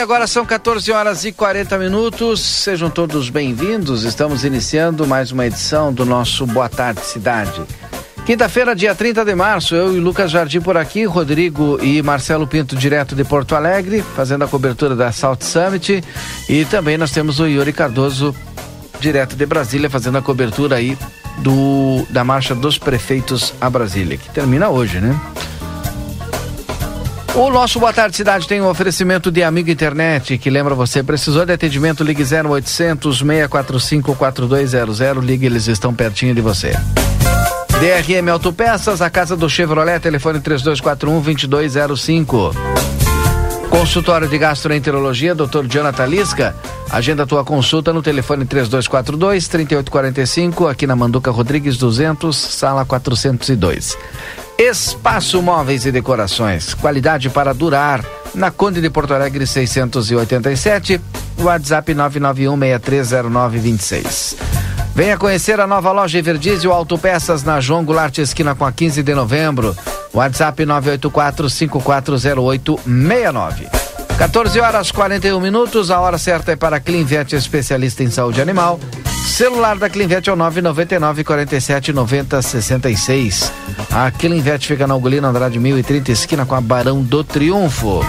agora são 14h40. Sejam todos bem-vindos. Estamos iniciando mais uma edição do nosso Boa Tarde Cidade. Quinta-feira, dia 30 de março, eu e Lucas Jardim por aqui, Rodrigo e Marcelo Pinto direto de Porto Alegre, fazendo a cobertura da South Summit, e também nós temos o Yuri Cardoso direto de Brasília, fazendo a cobertura aí da Marcha dos Prefeitos a Brasília, que termina hoje, né? O nosso Boa Tarde Cidade tem um oferecimento de Amigo Internet, que lembra você, precisou de atendimento, ligue 0800 645 4200, ligue, eles estão pertinho de você. DRM Autopeças, a casa do Chevrolet, telefone 3241-2205. Consultório de Gastroenterologia, Dr. Jonathan Lisca, agenda tua consulta no telefone 3242-3845, aqui na Manduca Rodrigues 200, sala 402. Espaço Móveis e Decorações, qualidade para durar, na Conde de Porto Alegre 687, WhatsApp 991-630926. Venha conhecer a nova loja Everdizio Autopeças na João Goulart, esquina com a 15 de novembro, WhatsApp 984-540869. 14h41, a hora certa é para a Clinvet, especialista em saúde animal. Celular da Clinvet é o 999-4790-66. A Clinvet fica na Ugolino Andrade 1030, esquina com a Barão do Triunfo.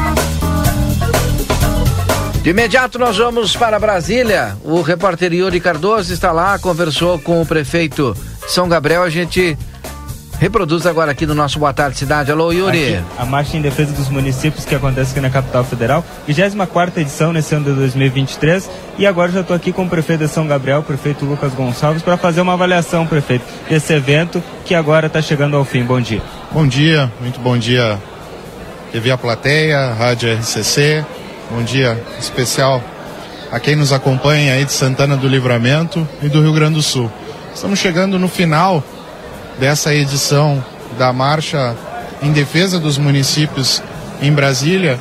De imediato nós vamos para Brasília. O repórter Yuri Cardoso está lá, conversou com o prefeito São Gabriel. A gente reproduz agora aqui no nosso Boa Tarde Cidade. Alô, Yuri. Aqui, a Marcha em Defesa dos Municípios, que acontece aqui na Capital Federal, 24ª edição nesse ano de 2023, e agora já estou aqui com o prefeito de São Gabriel, o prefeito Lucas Gonçalves, para fazer uma avaliação, prefeito, desse evento que agora está chegando ao fim. Bom dia. Bom dia, muito bom dia, TV A Plateia, Rádio RCC, bom dia especial a quem nos acompanha aí de Santana do Livramento e do Rio Grande do Sul. Estamos chegando no final dessa edição da Marcha em Defesa dos Municípios em Brasília,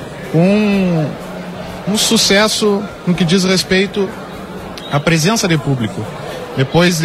com um sucesso no que diz respeito à presença de público. Depois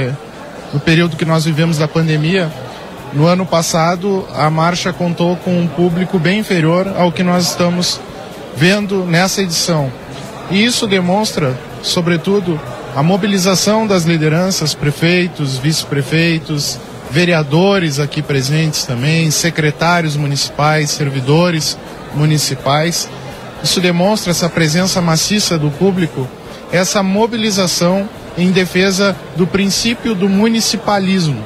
do período que nós vivemos da pandemia, no ano passado a marcha contou com um público bem inferior ao que nós estamos vendo nessa edição. E isso demonstra, sobretudo, a mobilização das lideranças, prefeitos, vice-prefeitos, vereadores aqui presentes também, secretários municipais, servidores municipais. Isso demonstra essa presença maciça do público, essa mobilização em defesa do princípio do municipalismo,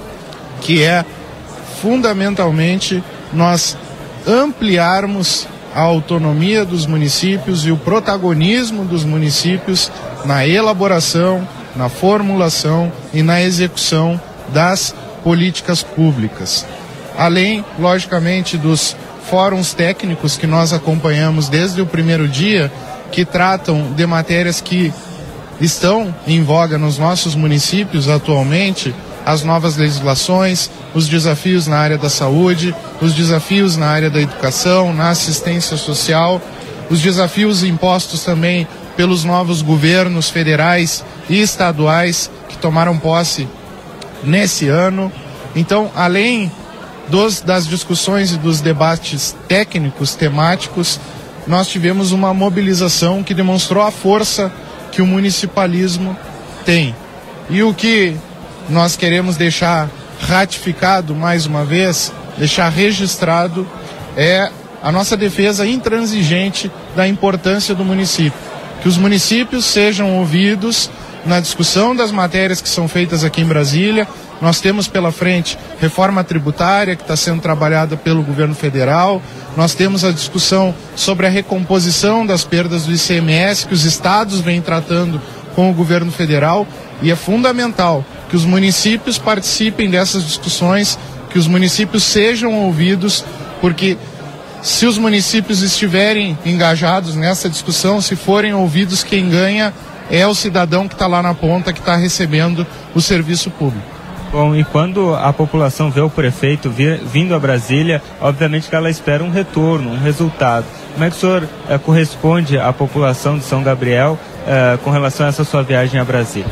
que é fundamentalmente nós ampliarmos a autonomia dos municípios e o protagonismo dos municípios na elaboração, na formulação e na execução das políticas públicas. Além, logicamente, dos fóruns técnicos que nós acompanhamos desde o primeiro dia, que tratam de matérias que estão em voga nos nossos municípios atualmente, as novas legislações, os desafios na área da saúde, os desafios na área da educação, na assistência social, os desafios impostos também pelos novos governos federais e estaduais que tomaram posse nesse ano. Então, além das discussões e dos debates técnicos, temáticos, nós tivemos uma mobilização que demonstrou a força que o municipalismo tem. E o que nós queremos deixar ratificado mais uma vez, deixar registrado, é a nossa defesa intransigente da importância do município. Que os municípios sejam ouvidos na discussão das matérias que são feitas aqui em Brasília. Nós temos pela frente reforma tributária que está sendo trabalhada pelo governo federal. Nós temos a discussão sobre a recomposição das perdas do ICMS que os estados vêm tratando com o governo federal, e é fundamental que os municípios participem dessas discussões, que os municípios sejam ouvidos, porque se os municípios estiverem engajados nessa discussão, se forem ouvidos, quem ganha é o cidadão que está lá na ponta, que está recebendo o serviço público. Bom, e quando a população vê o prefeito vindo a Brasília, obviamente que ela espera um retorno, um resultado. Como é que o senhor corresponde à população de São Gabriel com relação a essa sua viagem a Brasília?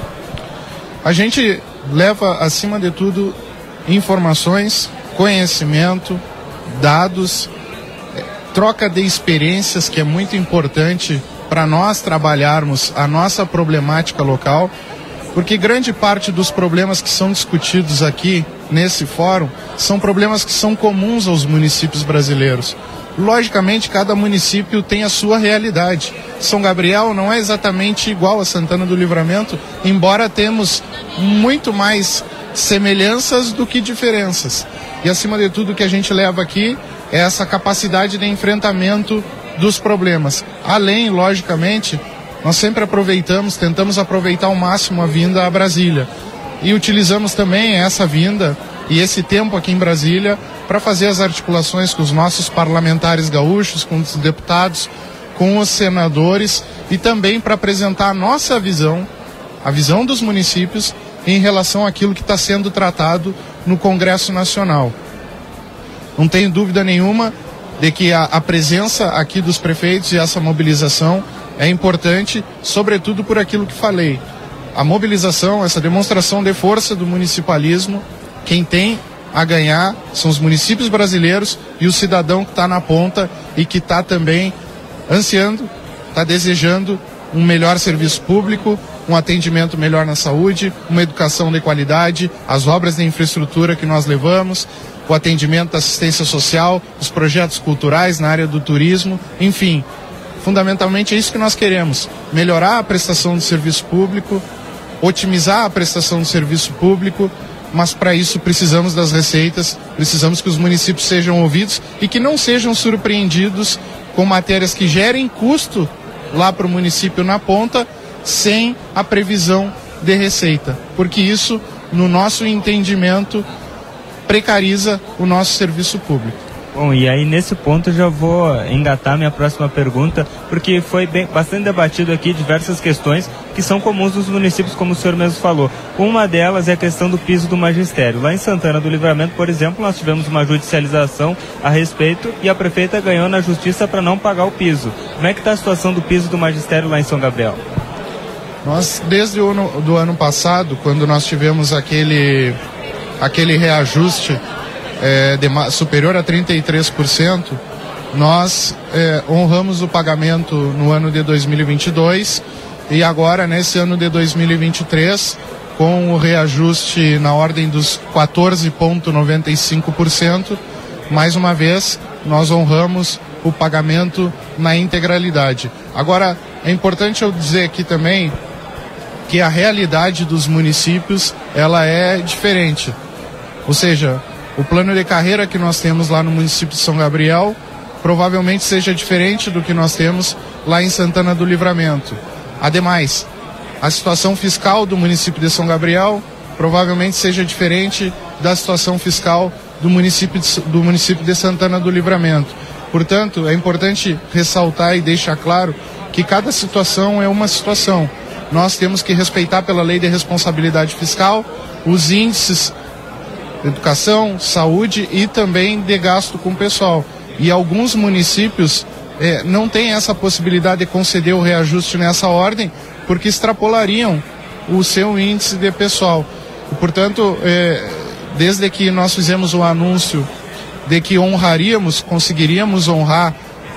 A gente leva, acima de tudo, informações, conhecimento, dados, troca de experiências que é muito importante para nós trabalharmos a nossa problemática local, porque grande parte dos problemas que são discutidos aqui nesse fórum são problemas que são comuns aos municípios brasileiros. Logicamente, cada município tem a sua realidade. São Gabriel não é exatamente igual a Santana do Livramento, embora temos muito mais semelhanças do que diferenças. E acima de tudo, o que a gente leva aqui é essa capacidade de enfrentamento dos problemas. Além, logicamente, nós sempre tentamos aproveitar ao máximo a vinda a Brasília. E utilizamos também essa vinda e esse tempo aqui em Brasília para fazer as articulações com os nossos parlamentares gaúchos, com os deputados, com os senadores e também para apresentar a nossa visão, a visão dos municípios em relação àquilo que está sendo tratado no Congresso Nacional. Não tenho dúvida nenhuma de que a presença aqui dos prefeitos e essa mobilização é importante, sobretudo por aquilo que falei. A mobilização, essa demonstração de força do municipalismo, quem tem a ganhar são os municípios brasileiros e o cidadão que está na ponta e que está também ansiando, está desejando um melhor serviço público, um atendimento melhor na saúde, uma educação de qualidade, as obras de infraestrutura que nós levamos, o atendimento da assistência social, os projetos culturais na área do turismo, enfim. Fundamentalmente é isso que nós queremos, melhorar a prestação do serviço público, otimizar a prestação do serviço público, mas para isso precisamos das receitas, precisamos que os municípios sejam ouvidos e que não sejam surpreendidos com matérias que gerem custo lá para o município na ponta, sem a previsão de receita, porque isso, no nosso entendimento, precariza o nosso serviço público. Bom, e aí nesse ponto eu já vou engatar minha próxima pergunta, porque foi bastante debatido aqui diversas questões que são comuns dos municípios, como o senhor mesmo falou. Uma delas é a questão do piso do magistério. Lá em Santana do Livramento, por exemplo, nós tivemos uma judicialização a respeito e a prefeita ganhou na justiça para não pagar o piso. Como é que está a situação do piso do magistério lá em São Gabriel? Nós, desde o ano passado, quando nós tivemos aquele reajuste superior a 33%, nós honramos o pagamento no ano de 2022 e agora, nesse ano de 2023, com o reajuste na ordem dos 14,95%, mais uma vez, nós honramos o pagamento na integralidade. Agora, é importante eu dizer aqui também que a realidade dos municípios, ela é diferente. Ou seja, o plano de carreira que nós temos lá no município de São Gabriel provavelmente seja diferente do que nós temos lá em Santana do Livramento. Ademais, a situação fiscal do município de São Gabriel provavelmente seja diferente da situação fiscal do município de Santana do Livramento. Portanto, é importante ressaltar e deixar claro que cada situação é uma situação. Nós temos que respeitar pela lei de responsabilidade fiscal os índices de educação, saúde e também de gasto com o pessoal. E alguns municípios não têm essa possibilidade de conceder o reajuste nessa ordem, porque extrapolariam o seu índice de pessoal. E, portanto, desde que nós fizemos o anúncio de que conseguiríamos honrar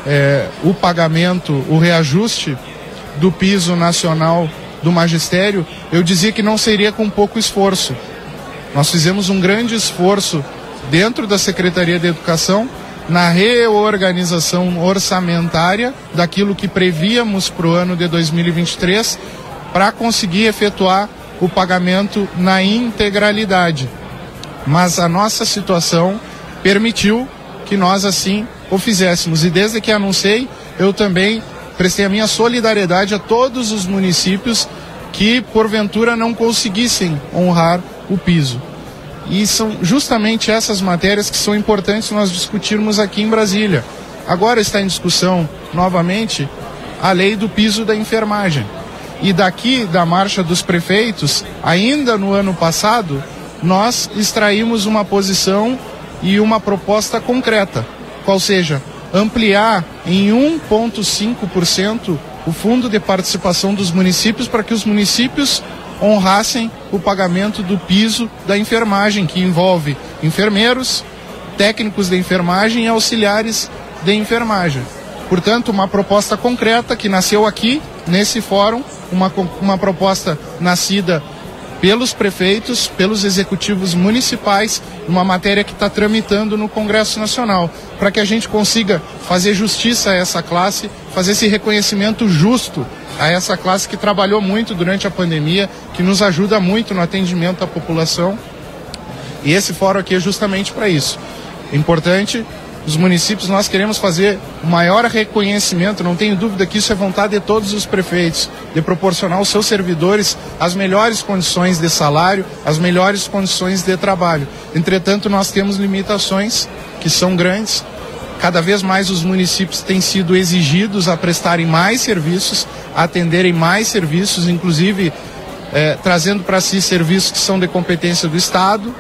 o pagamento, o reajuste do piso nacional do magistério, eu dizia que não seria com pouco esforço. Nós fizemos um grande esforço dentro da Secretaria de Educação na reorganização orçamentária daquilo que prevíamos para o ano de 2023 para conseguir efetuar o pagamento na integralidade. Mas a nossa situação permitiu que nós assim o fizéssemos. E desde que anunciei, eu também prestei a minha solidariedade a todos os municípios que, porventura, não conseguissem honrar o piso. E são justamente essas matérias que são importantes nós discutirmos aqui em Brasília. Agora está em discussão, novamente, a lei do piso da enfermagem. E daqui, da marcha dos prefeitos, ainda no ano passado, nós extraímos uma posição e uma proposta concreta, qual seja, ampliar em 1,5% o fundo de participação dos municípios para que os municípios honrassem o pagamento do piso da enfermagem, que envolve enfermeiros, técnicos de enfermagem e auxiliares de enfermagem. Portanto, uma proposta concreta que nasceu aqui, nesse fórum, uma proposta nascida pelos prefeitos, pelos executivos municipais, uma matéria que está tramitando no Congresso Nacional, para que a gente consiga fazer justiça a essa classe, fazer esse reconhecimento justo a essa classe que trabalhou muito durante a pandemia, que nos ajuda muito no atendimento à população. E esse fórum aqui é justamente para isso. É importante, os municípios, nós queremos fazer o maior reconhecimento, não tenho dúvida que isso é vontade de todos os prefeitos, de proporcionar aos seus servidores as melhores condições de salário, as melhores condições de trabalho. Entretanto, nós temos limitações que são grandes. Cada vez mais os municípios têm sido exigidos a prestarem mais serviços, a atenderem mais serviços, inclusive trazendo para si serviços que são de competência do Estado,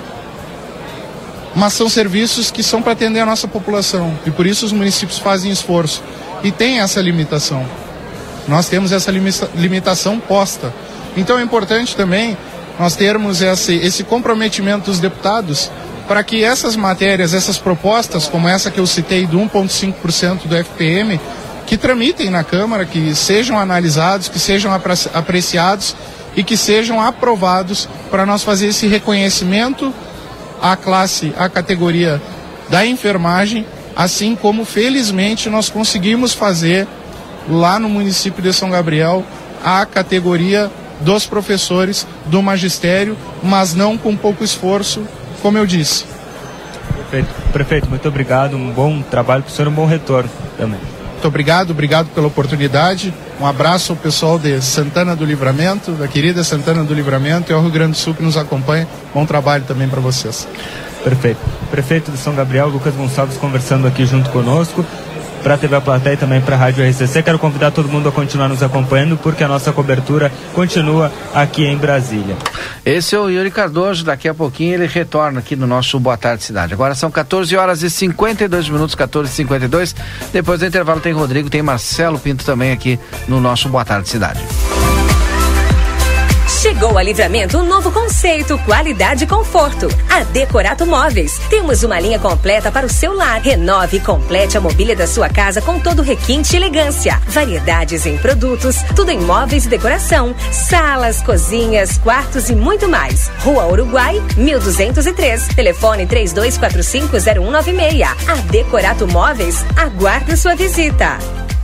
mas são serviços que são para atender a nossa população, e por isso os municípios fazem esforço. E tem essa limitação. Nós temos essa limitação posta. Então é importante também nós termos esse comprometimento dos deputados para que essas matérias, essas propostas, como essa que eu citei do 1,5% do FPM, que tramitem na Câmara, que sejam analisados, que sejam apreciados e que sejam aprovados para nós fazer esse reconhecimento à classe, à categoria da enfermagem, assim como felizmente nós conseguimos fazer lá no município de São Gabriel a categoria dos professores do magistério, mas não com pouco esforço, como eu disse. Prefeito, muito obrigado, um bom trabalho para o senhor, um bom retorno também. Muito obrigado pela oportunidade, um abraço ao pessoal de Santana do Livramento, da querida Santana do Livramento, e ao Rio Grande do Sul que nos acompanha. Bom trabalho também para vocês. Perfeito. Prefeito de São Gabriel, Lucas Gonçalves, conversando aqui junto conosco, para a TV A Plateia e também para a Rádio RCC. Quero convidar todo mundo a continuar nos acompanhando, porque a nossa cobertura continua aqui em Brasília. Esse é o Yuri Cardoso, daqui a pouquinho ele retorna aqui no nosso Boa Tarde Cidade. Agora são 14h52, 14h52. Depois do intervalo tem Rodrigo, tem Marcelo Pinto também aqui no nosso Boa Tarde Cidade. Chegou a Livramento um novo conceito, qualidade e conforto. A Decorato Móveis. Temos uma linha completa para o seu lar. Renove e complete a mobília da sua casa com todo requinte e elegância. Variedades em produtos, tudo em móveis e decoração. Salas, cozinhas, quartos e muito mais. Rua Uruguai, 1203. Telefone 3245-0196. A Decorato Móveis aguarda sua visita.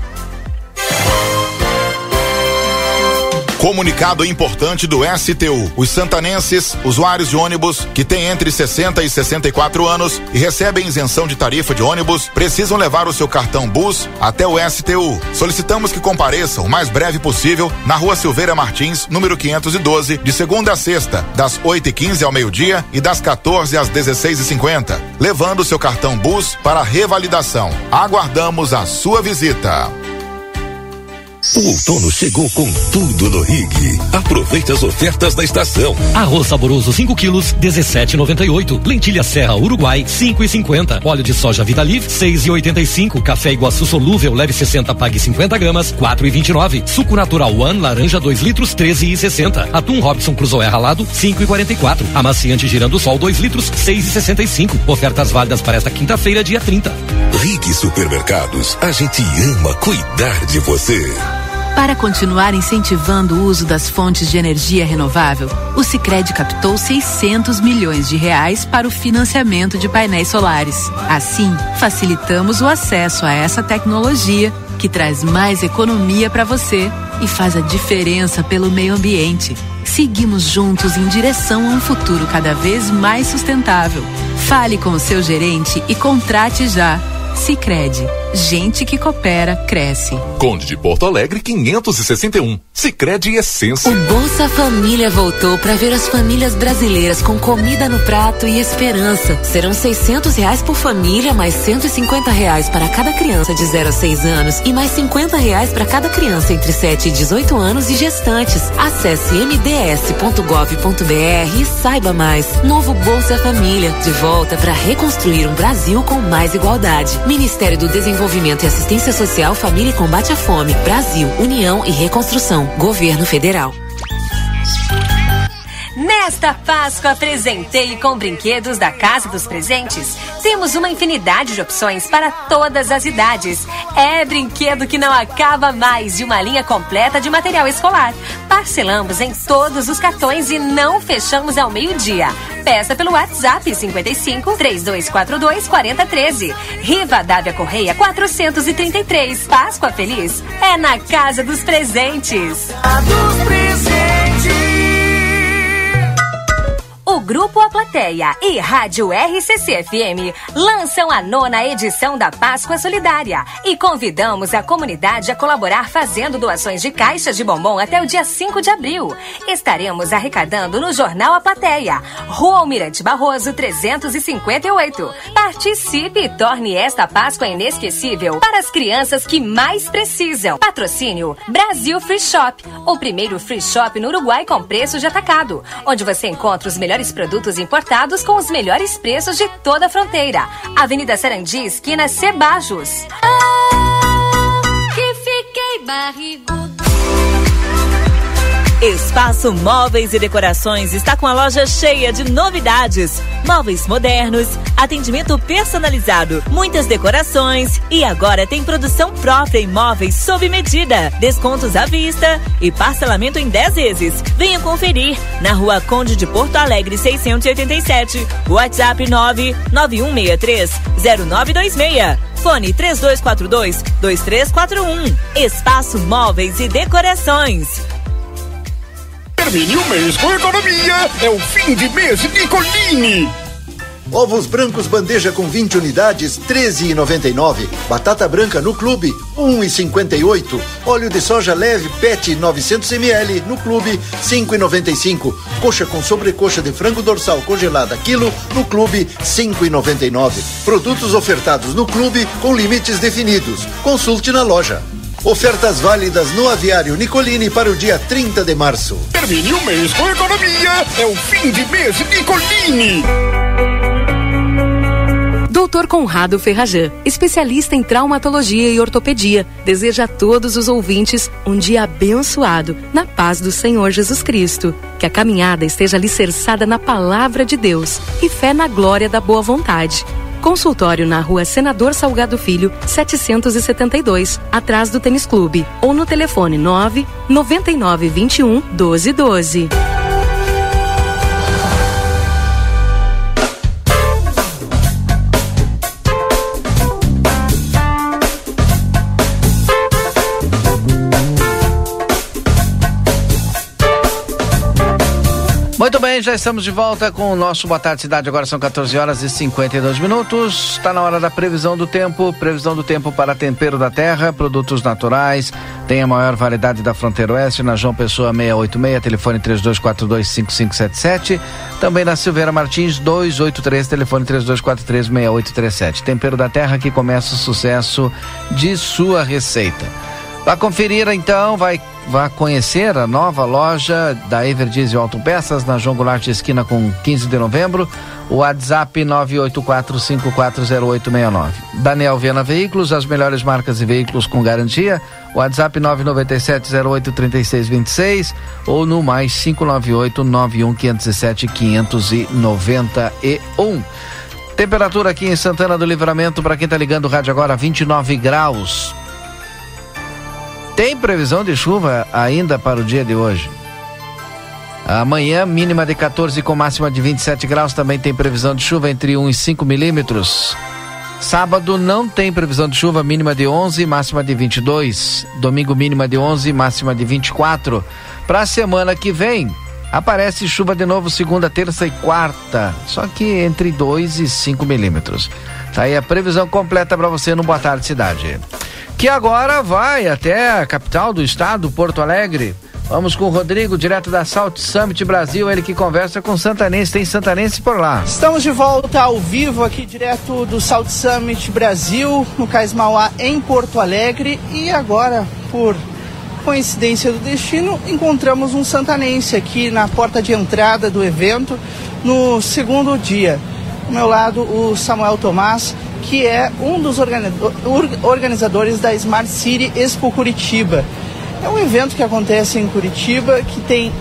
Comunicado importante do STU. Os santanenses, usuários de ônibus que têm entre 60 e 64 anos e recebem isenção de tarifa de ônibus, precisam levar o seu cartão BUS até o STU. Solicitamos que compareçam o mais breve possível na Rua Silveira Martins, número 512, de segunda a sexta, das 8h15 ao meio-dia e das 14 às 16h50, levando o seu cartão BUS para revalidação. Aguardamos a sua visita. O outono chegou com tudo no Rig. Aproveite as ofertas da estação. Arroz saboroso 5 quilos, 17,98. Lentilha Serra Uruguai, 5,50. Óleo de soja Vida Livre, 6,85. Café Iguaçu solúvel, leve 60, pague 50 gramas, 4,29. Suco natural One, laranja 2 litros, 13,60. Atum Robson Cruzoé ralado, 5,44. Amaciante Girando Sol 2 litros, 6,65. Ofertas válidas para esta quinta-feira, dia 30. Rig Supermercados, a gente ama cuidar de você. Para continuar incentivando o uso das fontes de energia renovável, o Sicredi captou 600 milhões de reais para o financiamento de painéis solares. Assim, facilitamos o acesso a essa tecnologia que traz mais economia para você e faz a diferença pelo meio ambiente. Seguimos juntos em direção a um futuro cada vez mais sustentável. Fale com o seu gerente e contrate já. Sicredi, gente que coopera, cresce. Conde de Porto Alegre 561. Sicredi Essência. O Bolsa Família voltou para ver as famílias brasileiras com comida no prato e esperança. Serão R$600 por família, mais R$150 para cada criança de 0 a 6 anos e mais R$50 para cada criança entre 7 e 18 anos e gestantes. Acesse mds.gov.br e saiba mais. Novo Bolsa Família, de volta para reconstruir um Brasil com mais igualdade. Ministério do Desenvolvimento e Assistência Social, Família e Combate à Fome, Brasil, União e Reconstrução, Governo Federal. Nesta Páscoa, presenteie com brinquedos da Casa dos Presentes. Temos uma infinidade de opções para todas as idades. É brinquedo que não acaba mais e uma linha completa de material escolar. Parcelamos em todos os cartões e não fechamos ao meio-dia. Peça pelo WhatsApp 55 3242 4013. Rivadavia Correia 433. Páscoa Feliz é na Casa dos Presentes. O Grupo A Plateia e Rádio RCC-FM lançam a 9ª edição da Páscoa Solidária e convidamos a comunidade a colaborar fazendo doações de caixas de bombom até o dia 5 de abril. Estaremos arrecadando no Jornal A Plateia, Rua Almirante Barroso 358. Participe e torne esta Páscoa inesquecível para as crianças que mais precisam. Patrocínio Brasil Free Shop, o primeiro free shop no Uruguai com preço de atacado, onde você encontra os melhores produtos importados com os melhores preços de toda a fronteira. Avenida Sarandi, esquina Cebajos. Que fiquei barrigudo. Espaço Móveis e Decorações está com a loja cheia de novidades. Móveis modernos, atendimento personalizado, muitas decorações e agora tem produção própria em móveis sob medida, descontos à vista e parcelamento em 10 vezes. Venha conferir na Rua Conde de Porto Alegre 687, WhatsApp 991630926. Fone 3242-2341. Espaço Móveis e Decorações. Termine o mês com economia, é o fim de mês Nicolini. Ovos brancos bandeja com 20 unidades, R$13,99. Batata branca no clube, R$1,58. Óleo de soja leve PET 900 ml no clube, R$5,95. Coxa com sobrecoxa de frango dorsal congelada quilo no clube, R$5,99. Produtos ofertados no clube com limites definidos. Consulte na loja. Ofertas válidas no Aviário Nicolini para o dia 30 de março. Termine o mês com economia, é o fim de mês Nicolini. Dr. Conrado Ferrajan, especialista em traumatologia e ortopedia, deseja a todos os ouvintes um dia abençoado, na paz do Senhor Jesus Cristo. Que a caminhada esteja alicerçada na palavra de Deus e fé na glória da boa vontade. Consultório na Rua Senador Salgado Filho, 772, atrás do Tênis Clube, ou no telefone 99921-1212. Muito bem, já estamos de volta com o nosso Boa Tarde Cidade. Agora são 14h52. Está na hora da previsão do tempo. Previsão do tempo para Tempero da Terra, produtos naturais. Tem a maior variedade da fronteira oeste, na João Pessoa 686, telefone 3242-5577. Também na Silveira Martins 283, telefone 3243-6837. Tempero da Terra, que começa o sucesso de sua receita. Para conferir, então, vai conhecer a nova loja da Everdiesel Autopeças na João Goulart esquina com 15 de novembro. O WhatsApp 984540869. Daniel Viana Veículos, as melhores marcas e veículos com garantia. WhatsApp 997083626 ou no mais 598-91-507-591. Temperatura aqui em Santana do Livramento, para quem está ligando o rádio agora, 29 graus. Tem previsão de chuva ainda para o dia de hoje. Amanhã, mínima de 14 com máxima de 27 graus. Também tem previsão de chuva entre 1 e 5 milímetros. Sábado não tem previsão de chuva, mínima de 11, máxima de 22. Domingo, mínima de 11, máxima de 24. Para a semana que vem, aparece chuva de novo segunda, terça e quarta. Só que entre 2 e 5 milímetros. Tá aí a previsão completa para você no Boa Tarde Cidade. Que agora vai até a capital do estado, Porto Alegre. Vamos com o Rodrigo, direto da Salt Summit Brasil, ele que conversa com santanense. Tem santanense por lá. Estamos de volta ao vivo aqui, direto do Salt Summit Brasil, no Cais Mauá, em Porto Alegre. E agora, por coincidência do destino, encontramos um santanense aqui na porta de entrada do evento, no segundo dia. Ao meu lado, o Samuel Tomás, que é um dos organizadores da Smart City Expo Curitiba. É um evento que acontece em Curitiba, que tem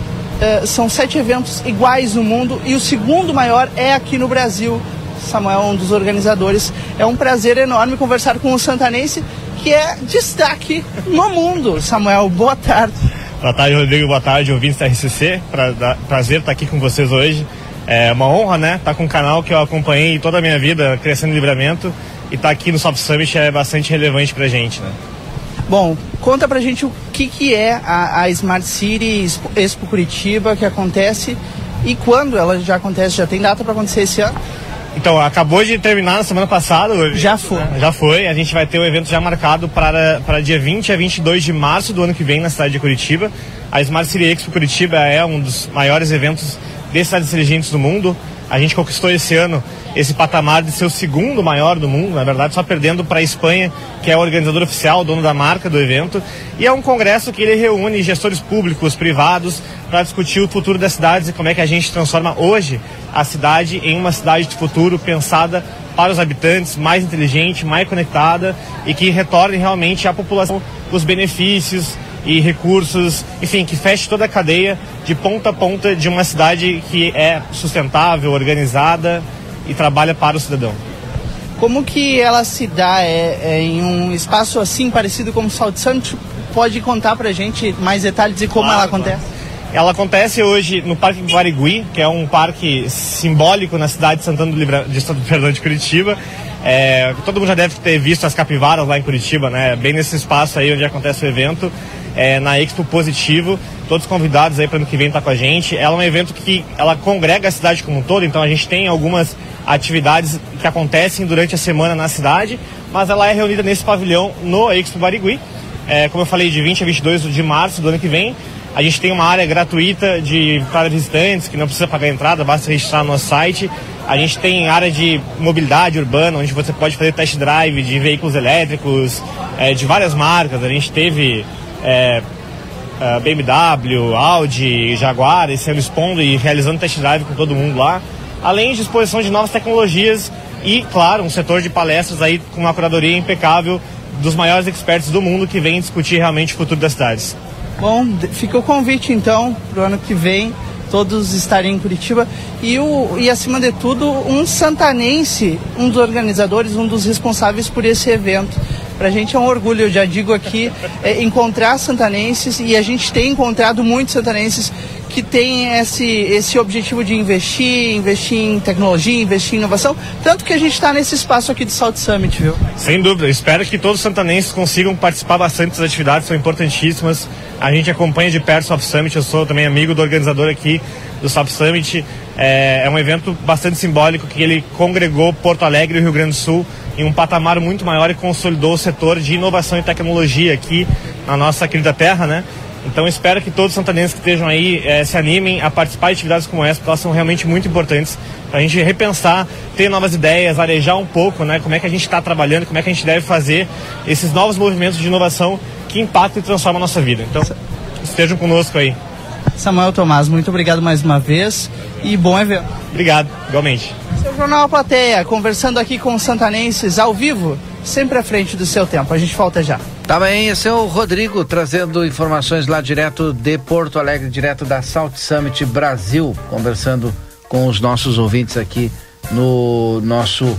são 7 eventos iguais no mundo e o segundo maior é aqui no Brasil. Samuel é um dos organizadores. É um prazer enorme conversar com o santanense, que é destaque no mundo. Samuel, boa tarde. Boa tarde, Rodrigo. Boa tarde, ouvintes da RCC. Prazer estar aqui com vocês hoje. É uma honra, né? Estar com um canal que eu acompanhei toda a minha vida, crescendo em Livramento. E estar aqui no Soft Summit é bastante relevante pra gente, né? Bom, conta pra gente o que é a Smart City Expo Curitiba, que acontece e quando ela já acontece. Já tem data para acontecer esse ano? Então, acabou de terminar na semana passada. Já foi. Já foi. A gente vai ter o evento já marcado para dia 20 a 22 de março do ano que vem na cidade de Curitiba. A Smart City Expo Curitiba é um dos maiores eventos de cidades inteligentes do mundo. A gente conquistou esse ano esse patamar de ser o segundo maior do mundo, na verdade só perdendo para a Espanha, que é o organizador oficial, dono da marca do evento. E é um congresso que ele reúne gestores públicos, privados, para discutir o futuro das cidades e como é que a gente transforma hoje a cidade em uma cidade de futuro pensada para os habitantes, mais inteligente, mais conectada e que retorne realmente à população os benefícios e recursos, enfim, que feche toda a cadeia de ponta a ponta de uma cidade que é sustentável, organizada e trabalha para o cidadão. Como que ela se dá em um espaço assim parecido como o South Summit? Pode contar pra gente mais detalhes de como ela acontece? Ela acontece hoje no Parque Guarigui, que é um parque simbólico na cidade de Santana de Curitiba. Todo mundo já deve ter visto as capivaras lá em Curitiba, né? Bem nesse espaço aí onde acontece o evento. Na Expo Positivo, todos convidados aí para ano que vem estar com a gente. Ela é um evento que ela congrega a cidade como um todo, então a gente tem algumas atividades que acontecem durante a semana na cidade, mas ela é reunida nesse pavilhão no Expo Barigui. Como eu falei, de 20 a 22 de março do ano que vem. A gente tem uma área gratuita para visitantes, que não precisa pagar entrada, basta registrar no nosso site. A gente tem área de mobilidade urbana, onde você pode fazer test drive de veículos elétricos, de várias marcas. A gente teve BMW, Audi, Jaguar, esse ano expondo e realizando test drive com todo mundo lá. Além de exposição de novas tecnologias e, claro, um setor de palestras aí com uma curadoria impecável dos maiores experts do mundo que vêm discutir realmente o futuro das cidades. Bom, fica o convite então para o ano que vem todos estarem em Curitiba e acima de tudo um santanense, um dos organizadores, um dos responsáveis por esse evento. Pra gente é um orgulho, eu já digo aqui, encontrar santanenses, e a gente tem encontrado muitos santanenses que têm esse objetivo de investir em tecnologia, investir em inovação, tanto que a gente está nesse espaço aqui do South Summit, viu? Sem dúvida, espero que todos os santanenses consigam participar bastante das atividades, são importantíssimas. A gente acompanha de perto o South Summit, eu sou também amigo do organizador aqui do South Summit. É um evento bastante simbólico que ele congregou Porto Alegre e o Rio Grande do Sul em um patamar muito maior e consolidou o setor de inovação e tecnologia aqui na nossa querida terra, né? Então espero que todos os santanenses que estejam aí se animem a participar de atividades como essa, porque elas são realmente muito importantes para a gente repensar, ter novas ideias, arejar um pouco, né? Como é que a gente está trabalhando, como é que a gente deve fazer esses novos movimentos de inovação que impactam e transformam a nossa vida. Então estejam conosco aí. Samuel Tomás, muito obrigado mais uma vez e bom evento. Obrigado, igualmente. Seu Jornal A Plateia, conversando aqui com os santanenses ao vivo, sempre à frente do seu tempo. A gente volta já. Tá bem, esse é o Rodrigo trazendo informações lá direto de Porto Alegre, direto da South Summit Brasil, conversando com os nossos ouvintes aqui no nosso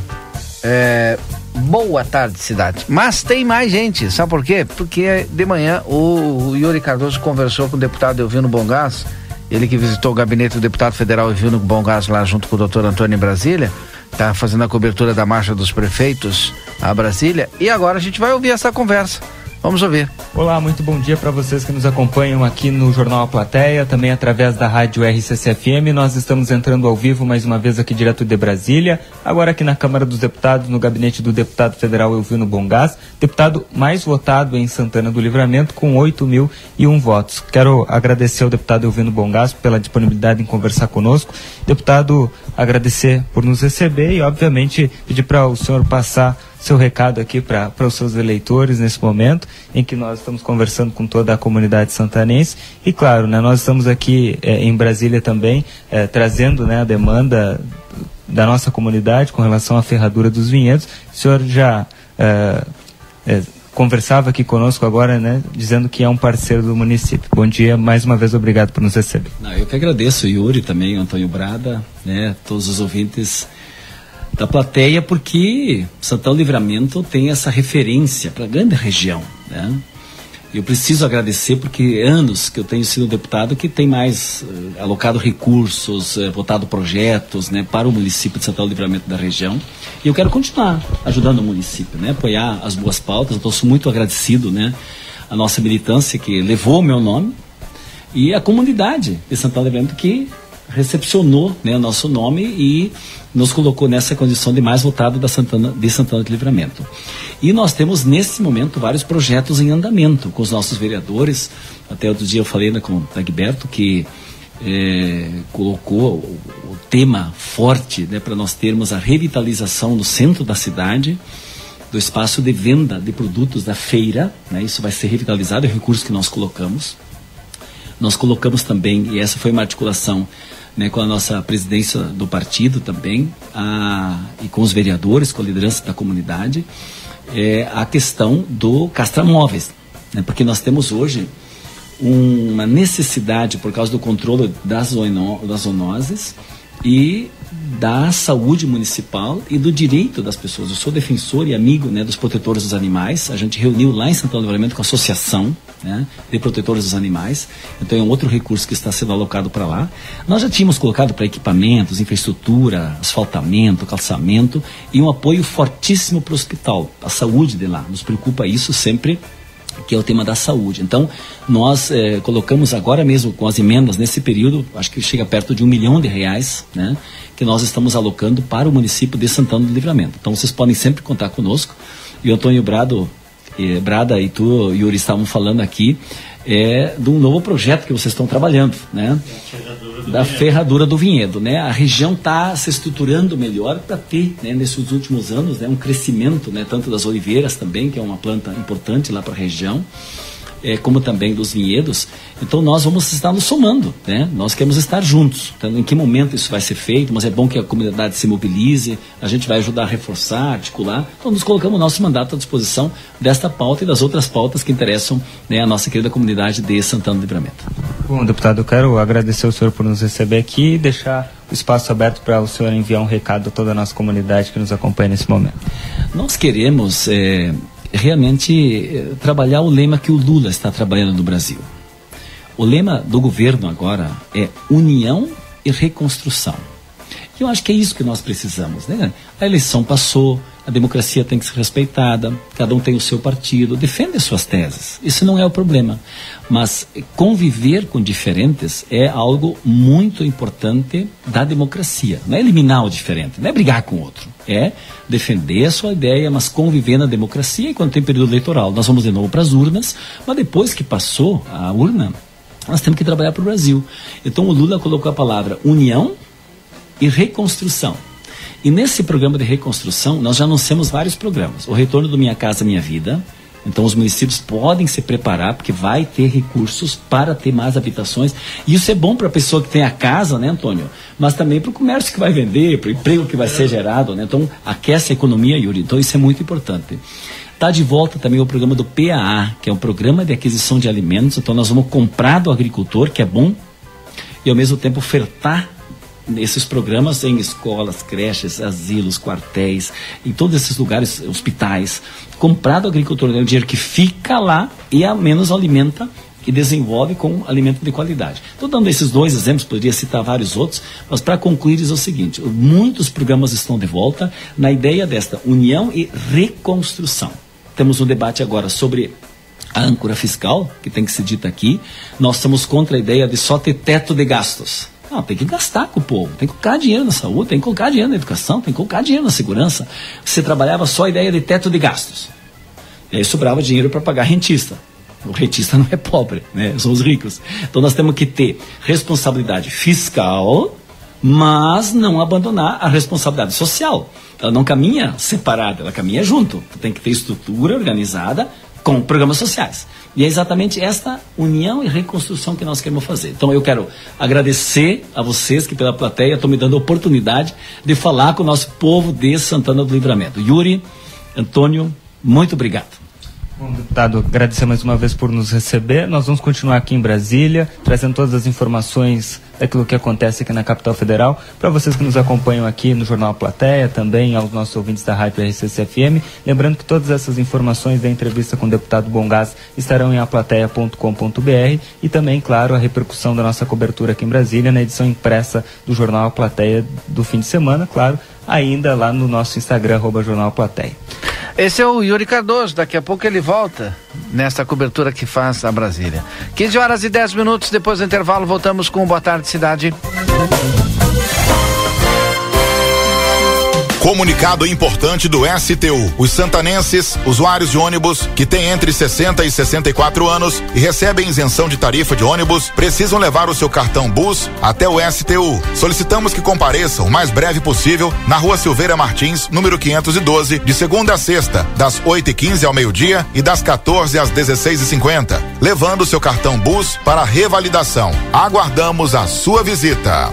Boa Tarde Cidade. Mas tem mais gente, sabe por quê? Porque de manhã o Yuri Cardoso conversou com o deputado Elvino Bongás, ele que visitou o gabinete do deputado federal Elvino Bongás lá junto com o doutor Antônio em Brasília, tá fazendo a cobertura da marcha dos prefeitos a Brasília, e agora a gente vai ouvir essa conversa. Vamos ouvir. Olá, muito bom dia para vocês que nos acompanham aqui no Jornal A Plateia, também através da rádio RCC-FM. Nós estamos entrando ao vivo mais uma vez aqui direto de Brasília, agora aqui na Câmara dos Deputados, no gabinete do deputado federal Elvino Bongás, deputado mais votado em Santana do Livramento, com 8.001 votos. Quero agradecer ao deputado Elvino Bongás pela disponibilidade em conversar conosco. Deputado, agradecer por nos receber e, obviamente, pedir para o senhor passar seu recado aqui para os seus eleitores nesse momento em que nós estamos conversando com toda a comunidade santanense e, claro, né, nós estamos aqui em Brasília também trazendo, né, a demanda da nossa comunidade com relação à ferradura dos vinhedos. O senhor já conversava aqui conosco agora, né, dizendo que é um parceiro do município. Bom dia, mais uma vez obrigado por nos receber. Eu que agradeço, o Yuri também, o Antônio Brada, né, todos os ouvintes da plateia, porque Santana do Livramento tem essa referência para a grande região, né? Eu preciso agradecer porque anos que eu tenho sido deputado que tem mais alocado recursos, votado projetos, né, para o município de Santana do Livramento da região. E eu quero continuar ajudando o município, né, apoiar as boas pautas. Eu sou muito agradecido, né, à nossa militância que levou o meu nome e a comunidade de Santana do Livramento que recepcionou, né, o nosso nome e nos colocou nessa condição de mais votado de Santana do Livramento. E nós temos, nesse momento, vários projetos em andamento com os nossos vereadores. Até outro dia eu falei, né, com o Dagberto, que colocou o tema forte, né, para nós termos a revitalização no centro da cidade, do espaço de venda de produtos da feira, né, isso vai ser revitalizado, é o recurso que nós colocamos. Nós colocamos também, e essa foi uma articulação, né, com a nossa presidência do partido também, e com os vereadores, com a liderança da comunidade, a questão do castramóveis, né, porque nós temos hoje uma necessidade, por causa do controle das zoonoses e da saúde municipal e do direito das pessoas. Eu sou defensor e amigo, né, dos protetores dos animais. A gente reuniu lá em Santana do Livramento com a associação, né, de protetores dos animais. Então é um outro recurso que está sendo alocado para lá. Nós já tínhamos colocado para equipamentos, infraestrutura, asfaltamento, calçamento e um apoio fortíssimo para o hospital, a saúde de lá. Nos preocupa isso sempre, que é o tema da saúde. Então, nós colocamos agora mesmo com as emendas nesse período, acho que chega perto de R$1 milhão, né, que nós estamos alocando para o município de Santana do Livramento. Então, vocês podem sempre contar conosco. E o Antônio Brada e tu, Yuri, estavam falando aqui de um novo projeto que vocês estão trabalhando, né? Da ferradura do vinhedo, né? A região está se estruturando melhor para ter, né, nesses últimos anos, né, um crescimento, né, tanto das oliveiras também, que é uma planta importante lá para a região, como também dos vinhedos. Então nós vamos estar nos somando, né? Nós queremos estar juntos. Então, em que momento isso vai ser feito? Mas é bom que a comunidade se mobilize, a gente vai ajudar a reforçar, articular. Então nos colocamos o nosso mandato à disposição desta pauta e das outras pautas que interessam, né, a nossa querida comunidade de Santana do Livramento. Bom, deputado, eu quero agradecer o senhor por nos receber aqui e deixar o espaço aberto para o senhor enviar um recado a toda a nossa comunidade que nos acompanha nesse momento. Nós queremos realmente trabalhar o lema que o Lula está trabalhando no Brasil. O lema do governo agora é união e reconstrução. E eu acho que é isso que nós precisamos, né? A eleição passou, a democracia tem que ser respeitada, cada um tem o seu partido, defende as suas teses. Isso não é o problema. Mas conviver com diferentes é algo muito importante da democracia. Não é eliminar o diferente, não é brigar com o outro. É defender a sua ideia, mas conviver na democracia. E quando tem período eleitoral, nós vamos de novo para as urnas, mas depois que passou a urna, nós temos que trabalhar para o Brasil. Então o Lula colocou a palavra união e reconstrução. E nesse programa de reconstrução, nós já anunciamos vários programas. O retorno do Minha Casa Minha Vida. Então os municípios podem se preparar, porque vai ter recursos para ter mais habitações. E isso é bom para a pessoa que tem a casa, né, Antônio? Mas também para o comércio que vai vender, para o emprego que vai ser gerado, né? Então aquece a economia, Yuri. Então isso é muito importante. Está de volta também o programa do PAA, que é um programa de aquisição de alimentos. Então nós vamos comprar do agricultor, que é bom, e ao mesmo tempo ofertar nesses programas em escolas, creches, asilos, quartéis, em todos esses lugares, hospitais, comprado agricultor, é o dinheiro que fica lá e a menos alimenta e desenvolve com alimento de qualidade. Estou dando esses dois exemplos, poderia citar vários outros, mas para concluir diz o seguinte: muitos programas estão de volta na ideia desta união e reconstrução. Temos um debate agora sobre a âncora fiscal, que tem que ser dita aqui. Nós estamos contra a ideia de só ter teto de gastos. Não, tem que gastar com o povo, tem que colocar dinheiro na saúde, tem que colocar dinheiro na educação, tem que colocar dinheiro na segurança. Você trabalhava só a ideia de teto de gastos. E aí sobrava dinheiro para pagar rentista. O rentista não é pobre, né? São os ricos. Então nós temos que ter responsabilidade fiscal, mas não abandonar a responsabilidade social. Ela não caminha separada, ela caminha junto. Tem que ter estrutura organizada com programas sociais. E é exatamente esta união e reconstrução que nós queremos fazer. Então eu quero agradecer a vocês que pela plateia estão me dando a oportunidade de falar com o nosso povo de Santana do Livramento. Yuri, Antônio, muito obrigado. Bom, deputado, agradecer mais uma vez por nos receber. Nós vamos continuar aqui em Brasília, trazendo todas as informações daquilo que acontece aqui na capital federal, para vocês que nos acompanham aqui no Jornal Plateia, também aos nossos ouvintes da Rádio RCC-FM. Lembrando que todas essas informações da entrevista com o deputado Bongás estarão em aplateia.com.br e também, claro, a repercussão da nossa cobertura aqui em Brasília na edição impressa do Jornal Plateia do fim de semana, claro, ainda lá no nosso Instagram, @Jornal Plateia. Esse é o Yuri Cardoso, daqui a pouco ele volta nessa cobertura que faz a Brasília. 15h10, depois do intervalo voltamos com o Boa Tarde Cidade. Comunicado importante do STU. Os santanenses, usuários de ônibus que têm entre 60 e 64 anos e recebem isenção de tarifa de ônibus, precisam levar o seu cartão BUS até o STU. Solicitamos que compareçam o mais breve possível na Rua Silveira Martins, número 512, de segunda a sexta, das 8h15 ao meio-dia e das 14 às 16h50, levando o seu cartão BUS para revalidação. Aguardamos a sua visita.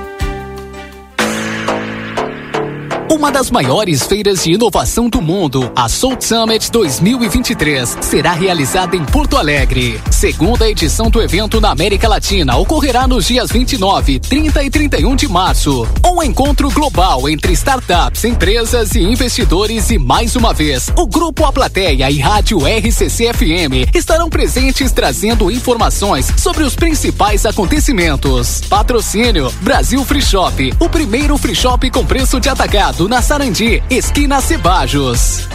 Uma das maiores feiras de inovação do mundo, a South Summit 2023, será realizada em Porto Alegre. Segunda edição do evento na América Latina ocorrerá nos dias 29, 30 e 31 de março. Um encontro global entre startups, empresas e investidores e, mais uma vez, o Grupo A Plateia e Rádio RCC-FM estarão presentes trazendo informações sobre os principais acontecimentos. Patrocínio Brasil Free Shop, o primeiro free shop com preço de atacado na Sarandi, esquina Cebajos.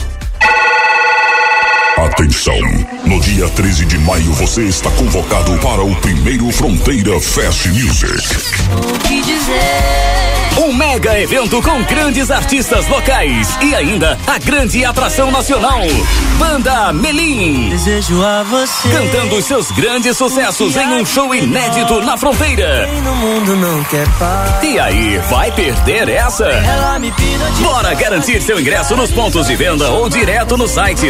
Atenção! No dia 13 de maio você está convocado para o primeiro Fronteira Fest Music. O que dizer? Um mega evento com grandes artistas locais e ainda a grande atração nacional, Banda Melim. Desejo a você cantando os seus grandes sucessos em um show inédito na fronteira. Quem no mundo não quer paz. E aí, vai perder essa? Bora garantir seu ingresso nos pontos de venda ou direto no site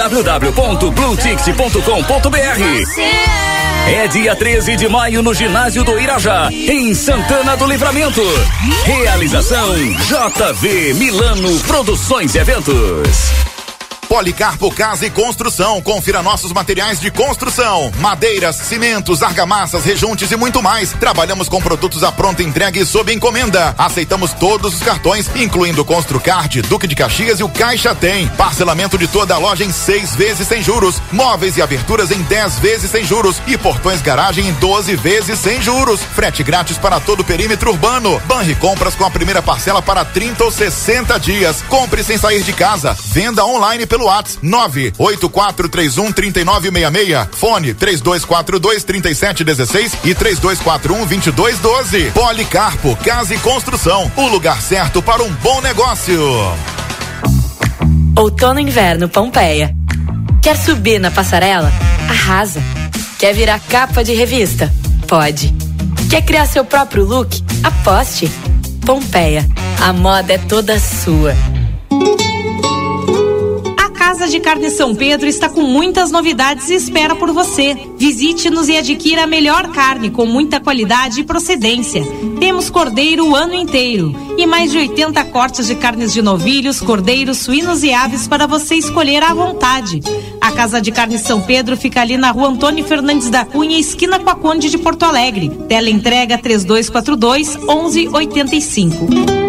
www.blueticket.com.br. É dia 13 de maio no ginásio do Irajá, em Santana do Livramento. Realização JV Milano Produções e Eventos. Policarpo Casa e Construção. Confira nossos materiais de construção: madeiras, cimentos, argamassas, rejuntes e muito mais. Trabalhamos com produtos à pronta entrega e sob encomenda. Aceitamos todos os cartões, incluindo Construcard, Duque de Caxias e o Caixa Tem. Parcelamento de toda a loja em 6 vezes sem juros. Móveis e aberturas em 10 vezes sem juros. E portões garagem em 12 vezes sem juros. Frete grátis para todo o perímetro urbano. Banri Compras com a primeira parcela para 30 ou 60 dias. Compre sem sair de casa. Venda online pelo WhatsApp 984313966, fone 3242-3716 e 3241-2212. Policarpo Casa e Construção, o lugar certo para um bom negócio. Outono e inverno Pompeia. Quer subir na passarela? Arrasa. Quer virar capa de revista? Pode. Quer criar seu próprio look? Aposte. Pompeia. A moda é toda sua. Casa de Carne São Pedro está com muitas novidades e espera por você. Visite-nos e adquira a melhor carne com muita qualidade e procedência. Temos cordeiro o ano inteiro e mais de 80 cortes de carnes de novilhos, cordeiros, suínos e aves para você escolher à vontade. A Casa de Carne São Pedro fica ali na Rua Antônio Fernandes da Cunha, esquina com a Conde de Porto Alegre. Teleentrega 3242-1185.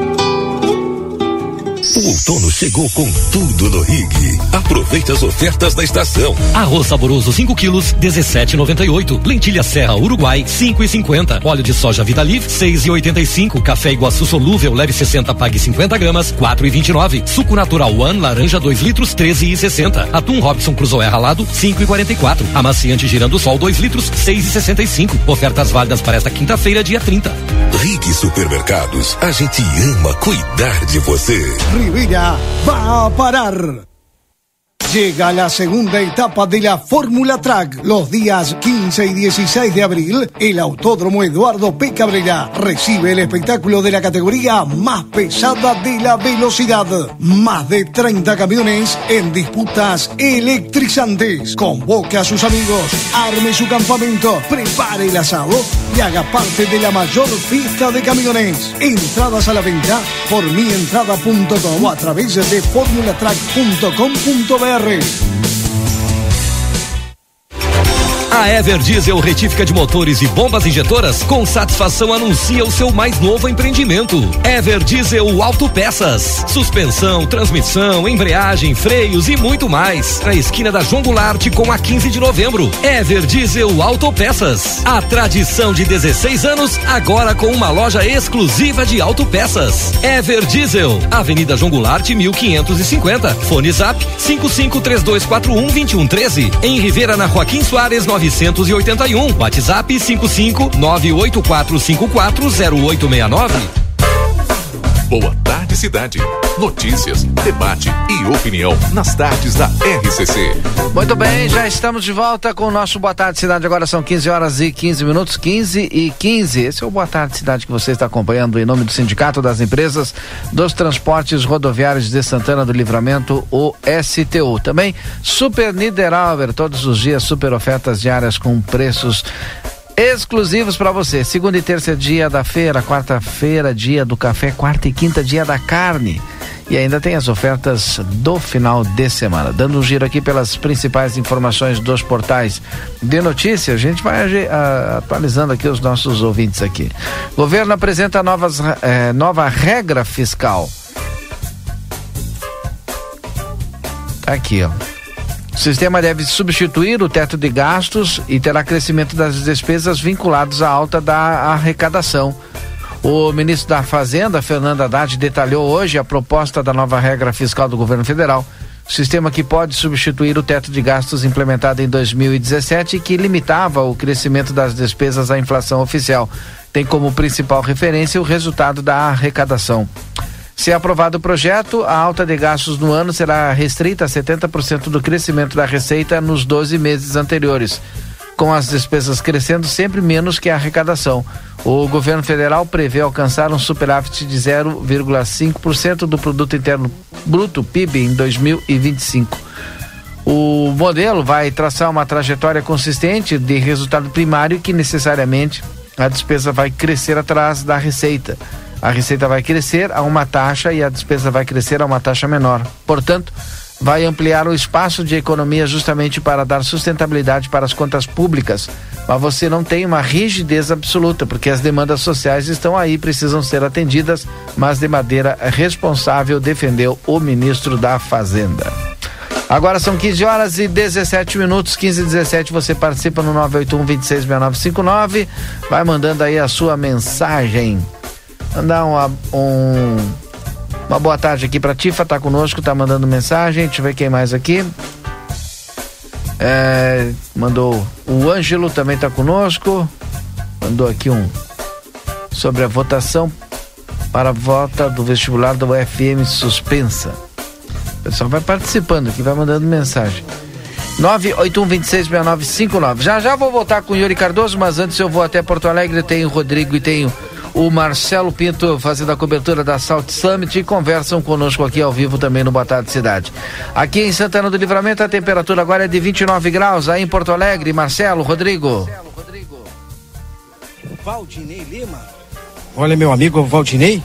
O outono chegou com tudo no Rig. Aproveite as ofertas da estação. Arroz saboroso 5 quilos, 17,98. Lentilha Serra Uruguai, 5,50. Óleo de soja Vida Livre, 6,85. Café Iguaçu solúvel, leve 60, pague 50 gramas, 4,29. Suco natural One, laranja 2 litros, 13,60. Atum Robson Cruzoé ralado, 5,44. Amaciante Girando Sol 2 litros, 6,65. Ofertas válidas para esta quinta-feira, dia 30. Rig Supermercados, a gente ama cuidar de você. Rivera va a parar. Llega la segunda etapa de la Fórmula Track. Los días 15 y 16 de abril, el Autódromo Eduardo P. Cabrera recibe el espectáculo de la categoría más pesada de la velocidad. Más de 30 camiones en disputas electrizantes. Convoque a sus amigos, arme su campamento, prepare el asado y haga parte de la mayor fiesta de camiones. Entradas a la venta por mientrada.com o a través de formulatrack.com.br. A Ever Diesel Retífica de Motores e Bombas Injetoras com satisfação anuncia o seu mais novo empreendimento. Ever Diesel Autopeças. Suspensão, transmissão, embreagem, freios e muito mais. Na esquina da João Goulart com a 15 de novembro. Ever Diesel Autopeças. A tradição de 16 anos, agora com uma loja exclusiva de autopeças. Ever Diesel, Avenida João Goulart 1550. Fone Zap 5532412113. Em Rivera, na Joaquim Soares 981. WhatsApp 55984540869. Boa tarde, cidade. Notícias, debate e opinião nas tardes da RCC. Muito bem, já estamos de volta com o nosso Boa Tarde Cidade. Agora são 15h15, 15h15. Esse é o Boa Tarde Cidade que você está acompanhando em nome do Sindicato das Empresas dos Transportes Rodoviários de Santana do Livramento, o STU. Também Super Niederauer, todos os dias super ofertas diárias com preços exclusivos para você. Segunda e terça é dia da feira, quarta-feira dia do café, quarta e quinta dia da carne. E ainda tem as ofertas do final de semana. Dando um giro aqui pelas principais informações dos portais de notícia, a gente vai atualizando aqui os nossos ouvintes aqui. Governo apresenta nova regra fiscal. Tá aqui, ó. O sistema deve substituir o teto de gastos e terá crescimento das despesas vinculados à alta da arrecadação. O ministro da Fazenda, Fernando Haddad, detalhou hoje a proposta da nova regra fiscal do governo federal. Sistema que pode substituir o teto de gastos implementado em 2017 e que limitava o crescimento das despesas à inflação oficial. Tem como principal referência o resultado da arrecadação. Se aprovado o projeto, a alta de gastos no ano será restrita a 70% do crescimento da receita nos 12 meses anteriores, com as despesas crescendo sempre menos que a arrecadação. O governo federal prevê alcançar um superávit de 0,5% do Produto Interno Bruto, PIB, em 2025. O modelo vai traçar uma trajetória consistente de resultado primário que necessariamente a despesa vai crescer atrás da receita. A receita vai crescer a uma taxa e a despesa vai crescer a uma taxa menor. Portanto, vai ampliar o espaço de economia justamente para dar sustentabilidade para as contas públicas. Mas você não tem uma rigidez absoluta, porque as demandas sociais estão aí, precisam ser atendidas, mas de maneira responsável, defendeu o ministro da Fazenda. Agora são 15h17, 15h17, você participa no 981-266959, vai mandando aí a sua mensagem. Mandar uma boa tarde aqui pra Tifa, tá conosco, tá mandando mensagem. Deixa eu ver quem mais aqui. Mandou o Ângelo, também tá conosco. Mandou aqui sobre a votação para a volta do vestibular do UFM suspensa. O pessoal vai participando aqui, vai mandando mensagem. 981-266959. Já vou voltar com o Yuri Cardoso, mas antes eu vou até Porto Alegre, tenho o Rodrigo e tenho o Marcelo Pinto fazendo a cobertura da Salt Summit e conversam conosco aqui ao vivo também no Boa Tarde Cidade. Aqui em Santana do Livramento a temperatura agora é de 29 graus, aí em Porto Alegre, Marcelo, Rodrigo. Valdinei Lima. Olha, meu amigo Valdinei.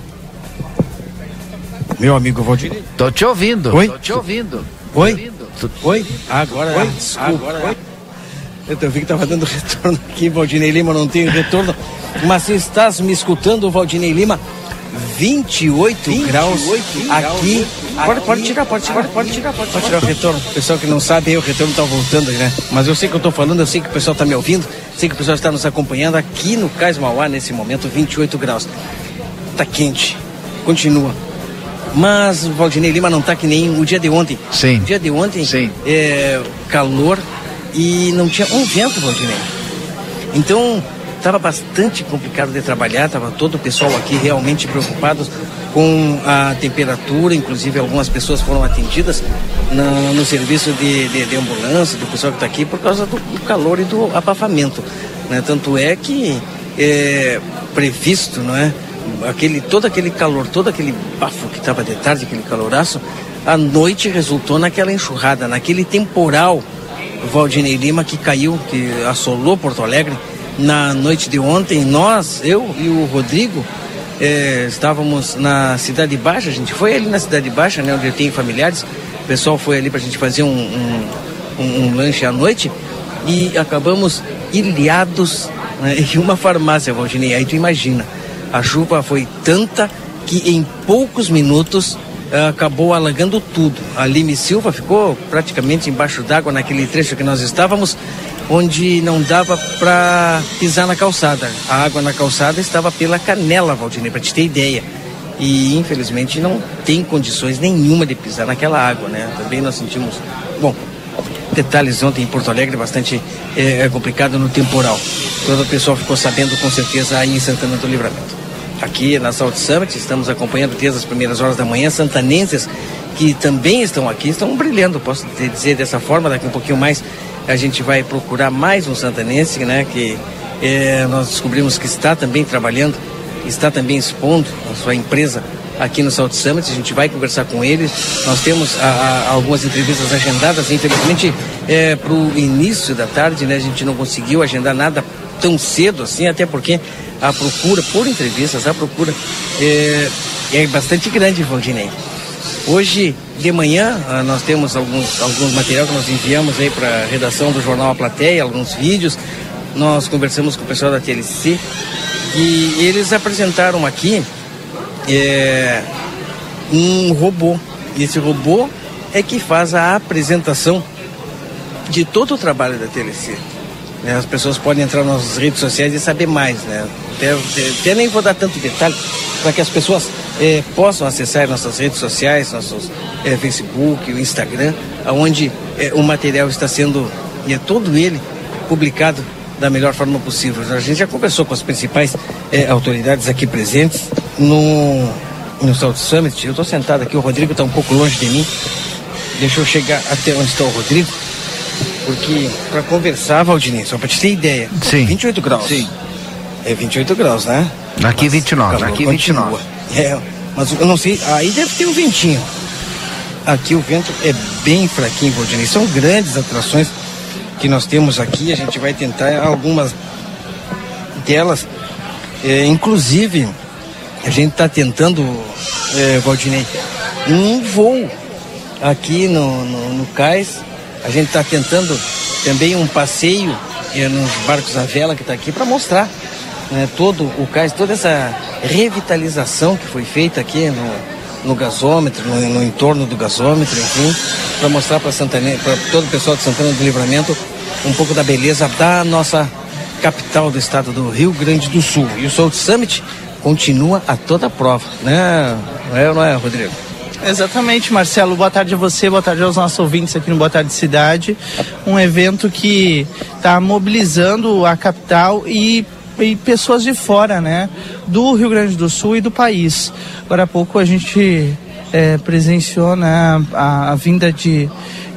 Meu amigo Valdinei. Tô te ouvindo. Oi? Tô te ouvindo. Oi? Oi? Agora, oi? Desculpa. Agora. Eu vi que estava dando retorno aqui, Valdinei Lima, não tenho retorno. Mas se estás me escutando, Valdinei Lima, 28 graus aqui. Pode tirar o retorno. O pessoal que não sabe, o retorno tá voltando, né? Mas eu sei que eu tô falando, eu sei que o pessoal tá me ouvindo, sei que o pessoal está nos acompanhando aqui no Cais Mauá, nesse momento, 28 graus. Tá quente, continua. Mas o Valdinei Lima não tá que nem o dia de ontem. Sim. O dia de ontem, sim. Calor e não tinha um vento, Valdinei. Então, estava bastante complicado de trabalhar, estava todo o pessoal aqui realmente preocupado com a temperatura, inclusive algumas pessoas foram atendidas no serviço de ambulância, do pessoal que está aqui, por causa do calor e do abafamento, né? Tanto é que é previsto, não é? Todo aquele calor, todo aquele bafo que estava de tarde, aquele caloraço, à noite resultou naquela enxurrada, naquele temporal, Valdinei Lima, que caiu, que assolou Porto Alegre na noite de ontem. Eu e o Rodrigo estávamos na Cidade Baixa, a gente foi ali na Cidade Baixa, né, onde eu tenho familiares, o pessoal foi ali pra gente fazer um lanche à noite, e acabamos ilhados, né, em uma farmácia, Valdinei. Aí tu imagina, a chuva foi tanta que em poucos minutos acabou alagando tudo. A Lime Silva ficou praticamente embaixo d'água naquele trecho que nós estávamos, onde não dava para pisar na calçada. A água na calçada estava pela canela, Valdinei, para te ter ideia. E infelizmente não tem condições nenhuma de pisar naquela água, né? Também nós sentimos, bom, detalhes ontem em Porto Alegre bastante complicado no temporal. Todo o pessoal ficou sabendo com certeza aí em Santana do Livramento. Aqui na Salt Summit estamos acompanhando desde as primeiras horas da manhã santanenses que também estão aqui, estão brilhando, posso dizer dessa forma. Daqui um pouquinho mais a gente vai procurar mais um santanense, né, que nós descobrimos que está também trabalhando, está também expondo a sua empresa aqui no Salt Summit. A gente vai conversar com eles. Nós temos algumas entrevistas agendadas, infelizmente para o início da tarde, né, a gente não conseguiu agendar nada tão cedo assim, até porque a procura por entrevistas, a procura é bastante grande, Valdinei. Hoje de manhã nós temos alguns material que nós enviamos aí para a redação do jornal A Plateia, alguns vídeos. Nós conversamos com o pessoal da TLC e eles apresentaram aqui um robô. E esse robô é que faz a apresentação de todo o trabalho da TLC. As pessoas podem entrar nas nossas redes sociais e saber mais, né? Até nem vou dar tanto detalhe para que as pessoas possam acessar nossas redes sociais, nossos Facebook, o Instagram, onde o material está sendo todo ele publicado da melhor forma possível. A gente já conversou com as principais autoridades aqui presentes no Salt Summit. Eu estou sentado aqui, o Rodrigo está um pouco longe de mim. Deixa eu chegar até onde está o Rodrigo. Porque para conversar, Valdinei, só para te ter ideia, sim. 28 graus. Sim. É 28 graus, né? Aqui 29, aqui 29. Mas eu não sei, aí deve ter um ventinho. Aqui o vento é bem fraquinho, Valdinei. São grandes atrações que nós temos aqui. A gente vai tentar algumas delas. Inclusive, a gente está tentando, Valdinei, um voo aqui no cais. A gente está tentando também um passeio nos barcos à vela que está aqui para mostrar, né, todo o cais, toda essa revitalização que foi feita aqui no gasômetro, no entorno do gasômetro, enfim, para mostrar para todo o pessoal de Santana do Livramento um pouco da beleza da nossa capital do estado do Rio Grande do Sul. E o Salt Summit continua a toda prova, né? Não é, Rodrigo? Exatamente, Marcelo. Boa tarde a você, boa tarde aos nossos ouvintes aqui no Boa Tarde Cidade. Um evento que está mobilizando a capital e pessoas de fora, né? Do Rio Grande do Sul e do país. Agora há pouco a gente presenciou, né, a vinda de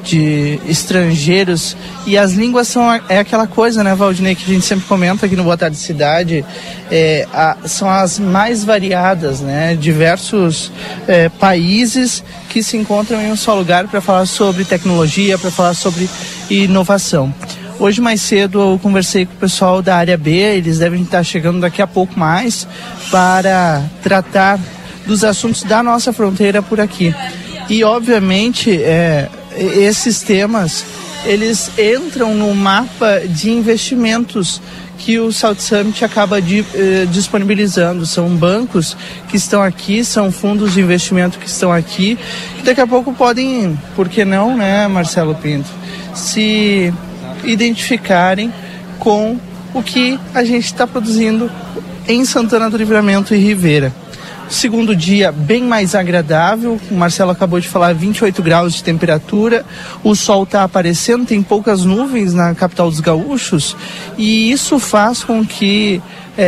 estrangeiros, e as línguas são aquela coisa, né, Valdinei, que a gente sempre comenta aqui no Boa Tarde Cidade, são as mais variadas, né, diversos países que se encontram em um só lugar para falar sobre tecnologia, para falar sobre inovação. Hoje mais cedo eu conversei com o pessoal da área B, eles devem estar chegando daqui a pouco mais para tratar dos assuntos da nossa fronteira por aqui. E obviamente esses temas, eles entram no mapa de investimentos que o Salt Summit acaba disponibilizando. São bancos que estão aqui, são fundos de investimento que estão aqui, que daqui a pouco podem, por que não, né, Marcelo Pinto, se identificarem com o que a gente está produzindo em Santana do Livramento e Ribeira. Segundo dia bem mais agradável, o Marcelo acabou de falar, 28 graus de temperatura, o sol está aparecendo, tem poucas nuvens na capital dos gaúchos, e isso faz com que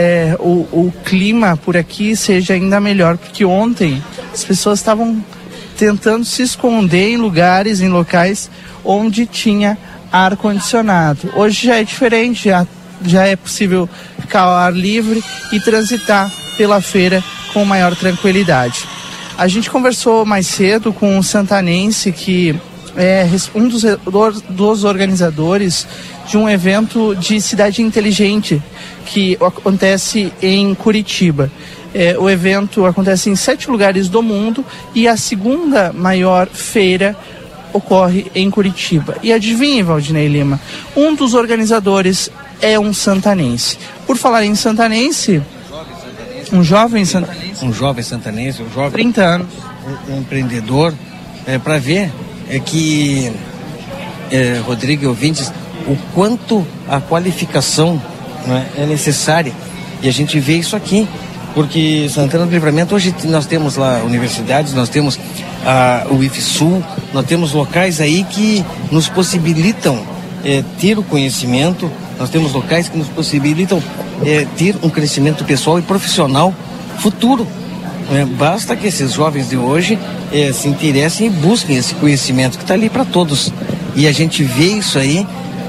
o clima por aqui seja ainda melhor, porque ontem as pessoas estavam tentando se esconder em locais onde tinha ar-condicionado. Hoje já é diferente, já é possível ficar ao ar livre e transitar pela feira com maior tranquilidade. A gente conversou mais cedo com um santanense que é um dos organizadores de um evento de cidade inteligente que acontece em Curitiba. O evento acontece em 7 lugares do mundo e a segunda maior feira ocorre em Curitiba. E adivinhe, Valdinei Lima, um dos organizadores é um santanense. Por falar em santanense, um jovem santanense, um jovem 30 anos, um empreendedor, para ver que, Rodrigo e ouvintes, o quanto a qualificação, né, é necessária. E a gente vê isso aqui, porque Santana do Livramento, hoje nós temos lá universidades, nós temos o IFSUL, nós temos locais aí que nos possibilitam ter o conhecimento, nós temos locais que nos possibilitam ter um crescimento pessoal e profissional futuro. Basta que esses jovens de hoje se interessem e busquem esse conhecimento que está ali para todos. E a gente vê isso aí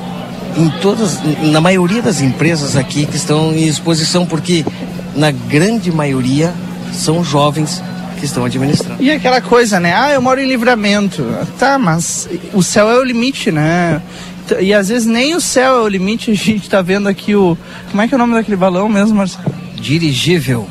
na maioria das empresas aqui que estão em exposição, porque na grande maioria são jovens que estão administrando. E aquela coisa, né? Eu moro em Livramento. Tá, mas o céu é o limite, né? E às vezes nem o céu é o limite. A gente tá vendo aqui como é que é o nome daquele balão mesmo, Marcelo? Dirigível.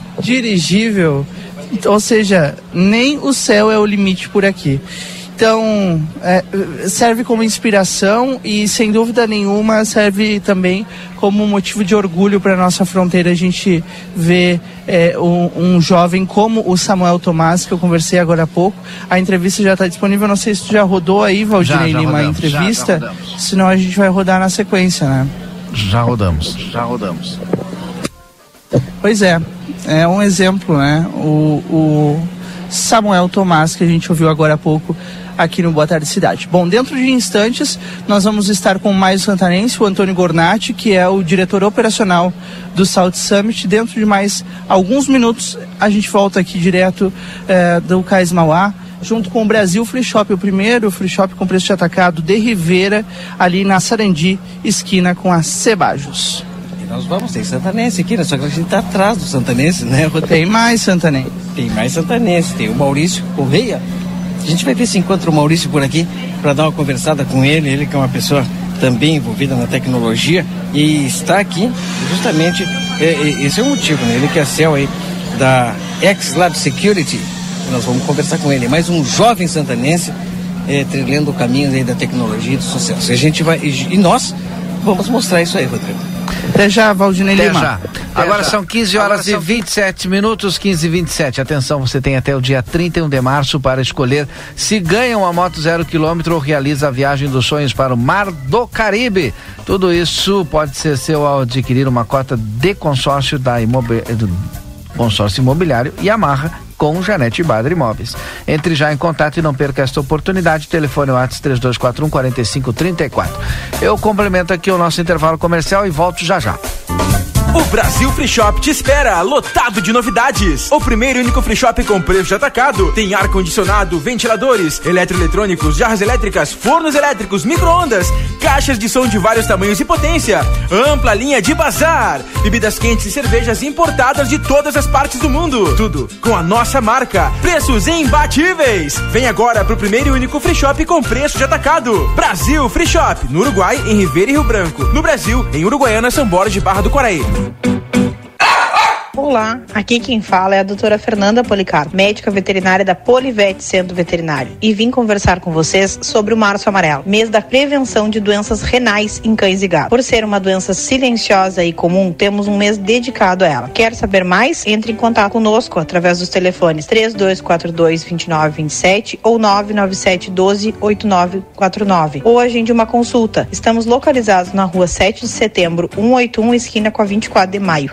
Ou seja, nem o céu é o limite por aqui. Então, serve como inspiração e, sem dúvida nenhuma, serve também como motivo de orgulho para a nossa fronteira. A gente vê um jovem como o Samuel Tomás, que eu conversei agora há pouco. A entrevista já está disponível. Não sei se tu já rodou aí, Valdinei Lima, a entrevista. Já senão a gente vai rodar na sequência, né? Já rodamos. Pois é um exemplo, né? O Samuel Tomás, que a gente ouviu agora há pouco aqui no Boa Tarde Cidade. Bom, dentro de instantes nós vamos estar com mais santanense, o Antônio Gornati, que é o diretor operacional do South Summit. Dentro de mais alguns minutos a gente volta aqui direto do Cais Mauá, junto com o Brasil Free Shop, o primeiro free shop com preço de atacado de Rivera, ali na Sarandi, esquina com a Cebajos. E nós vamos ter santanense aqui, né? Só que a gente está atrás do santanense, né? Tem mais santanense. Tem o Maurício Correia. A gente vai ver se encontra o Maurício por aqui para dar uma conversada com ele que é uma pessoa também envolvida na tecnologia e está aqui justamente, esse é o motivo, né? Ele que é CEO aí da X-Lab Security. Nós vamos conversar com ele, mais um jovem santanense trilhando o caminho aí da tecnologia e do sucesso. E nós vamos mostrar isso aí, Rodrigo. Até já, Valdinei Lima. Já. Agora são 15 horas e 27 minutos, 15h27. Atenção, você tem até o dia 31 de março para escolher se ganha uma moto 0 km ou realiza a viagem dos sonhos para o Mar do Caribe. Tudo isso pode ser seu ao adquirir uma cota de consórcio do consórcio imobiliário Yamaha com Janete Badra Imóveis. Entre já em contato e não perca esta oportunidade. Telefone WhatsApp 3241-4534. Eu complemento aqui o nosso intervalo comercial e volto já. O Brasil Free Shop te espera, lotado de novidades. O primeiro e único free shop com preço de atacado. Tem ar-condicionado, ventiladores, eletroeletrônicos, jarras elétricas, fornos elétricos, micro-ondas, caixas de som de vários tamanhos e potência, ampla linha de bazar, bebidas quentes e cervejas importadas de todas as partes do mundo. Tudo com a nossa marca. Preços imbatíveis. Vem agora pro primeiro e único free shop com preço de atacado. Brasil Free Shop, no Uruguai, em Ribeira e Rio Branco. No Brasil, em Uruguaiana, São Borges de Barra do Quaraí. Olá, aqui quem fala é a doutora Fernanda Policarpo, médica veterinária da Polivete Centro Veterinário, e vim conversar com vocês sobre o Março Amarelo, mês da prevenção de doenças renais em cães e gatos. Por ser uma doença silenciosa e comum, temos um mês dedicado a ela. Quer saber mais? Entre em contato conosco através dos telefones 3242-2927 ou 99712-8949, ou agende uma consulta. Estamos localizados na rua 7 de setembro, 181, esquina com a 24 de maio.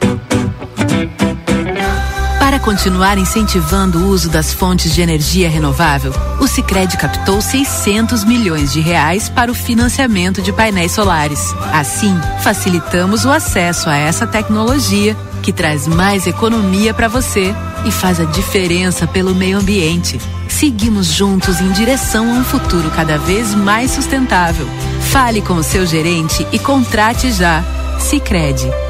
Para continuar incentivando o uso das fontes de energia renovável, o Sicredi captou 600 milhões de reais para o financiamento de painéis solares. Assim, facilitamos o acesso a essa tecnologia que traz mais economia para você e faz a diferença pelo meio ambiente. Seguimos juntos em direção a um futuro cada vez mais sustentável. Fale com o seu gerente e contrate já. Sicredi.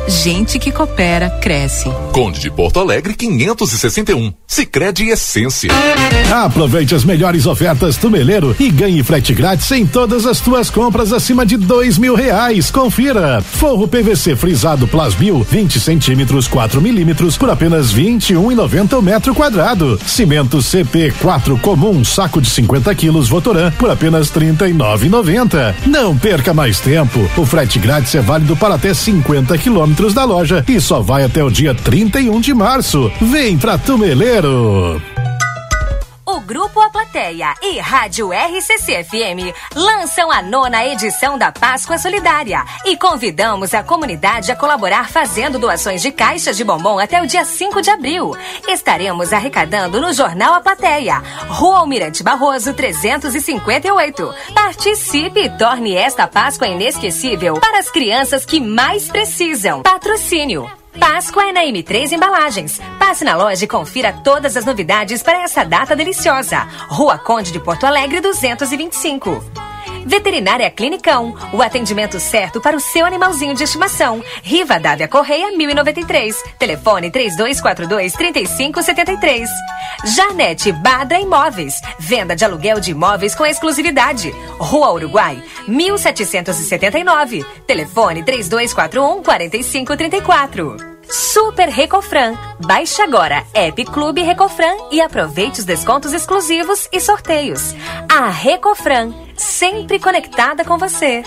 Gente que coopera, cresce. Conde de Porto Alegre 561. Sicredi Essência. Aproveite as melhores ofertas Tumeleiro e ganhe frete grátis em todas as tuas compras acima de R$2.000. Confira. Forro PVC frisado Plasbil 20 centímetros 4 milímetros por apenas R$21,90 o metro quadrado. Cimento CP4 comum saco de 50 quilos Votoran por apenas R$39,90. Não perca mais tempo. O frete grátis é válido para até 50 quilômetros da loja e só vai até o dia 31 de março. Vem pra Tumeleiro. O Grupo A Plateia e Rádio RCC-FM lançam a 9ª edição da Páscoa Solidária e convidamos a comunidade a colaborar fazendo doações de caixas de bombom até o dia 5 de abril. Estaremos arrecadando no Jornal A Plateia, Rua Almirante Barroso 358. Participe e torne esta Páscoa inesquecível para as crianças que mais precisam. Patrocínio Páscoa é na M3 Embalagens. Passe na loja e confira todas as novidades para essa data deliciosa. Rua Conde de Porto Alegre 225. Veterinária Clinicão, o atendimento certo para o seu animalzinho de estimação. Rivadavia Correia 1093, telefone 3242-3573. Janete Badra Imóveis, venda de aluguel de imóveis com exclusividade. Rua Uruguai 1779, telefone 3241-4534. Super Recofran. Baixe agora App Clube Recofran e aproveite os descontos exclusivos e sorteios. A Recofran, sempre conectada com você.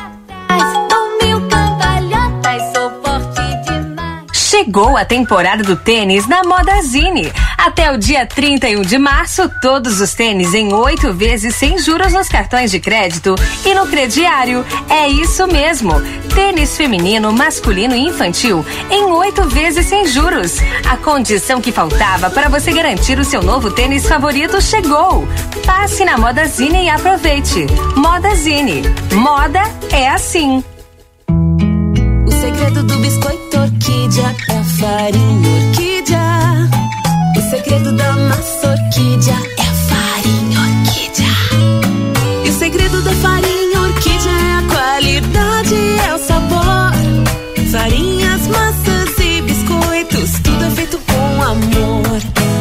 Chegou a temporada do tênis na Modazine. Até o dia 31 de março, todos os tênis em 8 vezes sem juros nos cartões de crédito e no crediário. É isso mesmo. Tênis feminino, masculino e infantil em 8 vezes sem juros. A condição que faltava para você garantir o seu novo tênis favorito chegou. Passe na Modazine e aproveite. Modazine. Moda é assim. O segredo do biscoito orquídea é a farinha orquídea. O segredo da massa orquídea é a farinha orquídea. E o segredo da farinha orquídea é a qualidade, é o sabor. Farinhas, massas e biscoitos, tudo é feito com amor.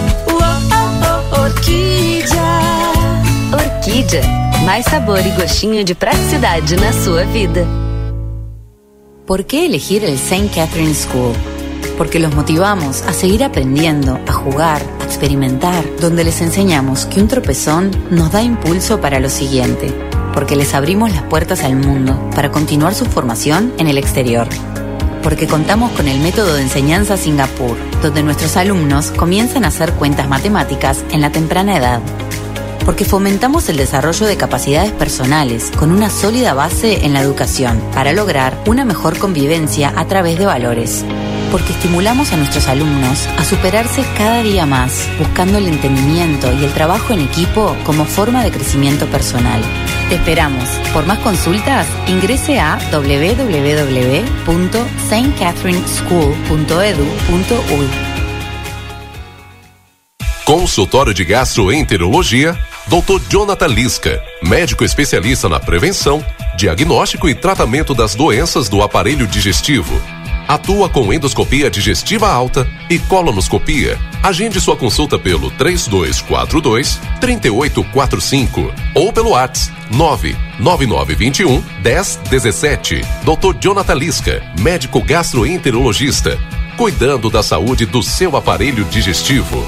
Orquídea. Orquídea, mais sabor e gostinho de praticidade na sua vida. ¿Por qué elegir el St. Catherine School? Porque los motivamos a seguir aprendiendo, a jugar, a experimentar, donde les enseñamos que un tropezón nos da impulso para lo siguiente, porque les abrimos las puertas al mundo para continuar su formación en el exterior. Porque contamos con el método de enseñanza Singapur, donde nuestros alumnos comienzan a hacer cuentas matemáticas en la temprana edad. Porque fomentamos el desarrollo de capacidades personales con una sólida base en la educación para lograr una mejor convivencia a través de valores. Porque estimulamos a nuestros alumnos a superarse cada día más, buscando el entendimiento y el trabajo en equipo como forma de crecimiento personal. Te esperamos. Por más consultas, ingrese a www.stcatherineschool.edu.uy. Consultório de Gastroenterologia, Dr. Jonathan Lisca, médico especialista na prevenção, diagnóstico e tratamento das doenças do aparelho digestivo. Atua com endoscopia digestiva alta e colonoscopia. Agende sua consulta pelo 3242-3845 ou pelo WhatsApp 99921-1017. Dr. Jonathan Lisca, médico gastroenterologista, cuidando da saúde do seu aparelho digestivo.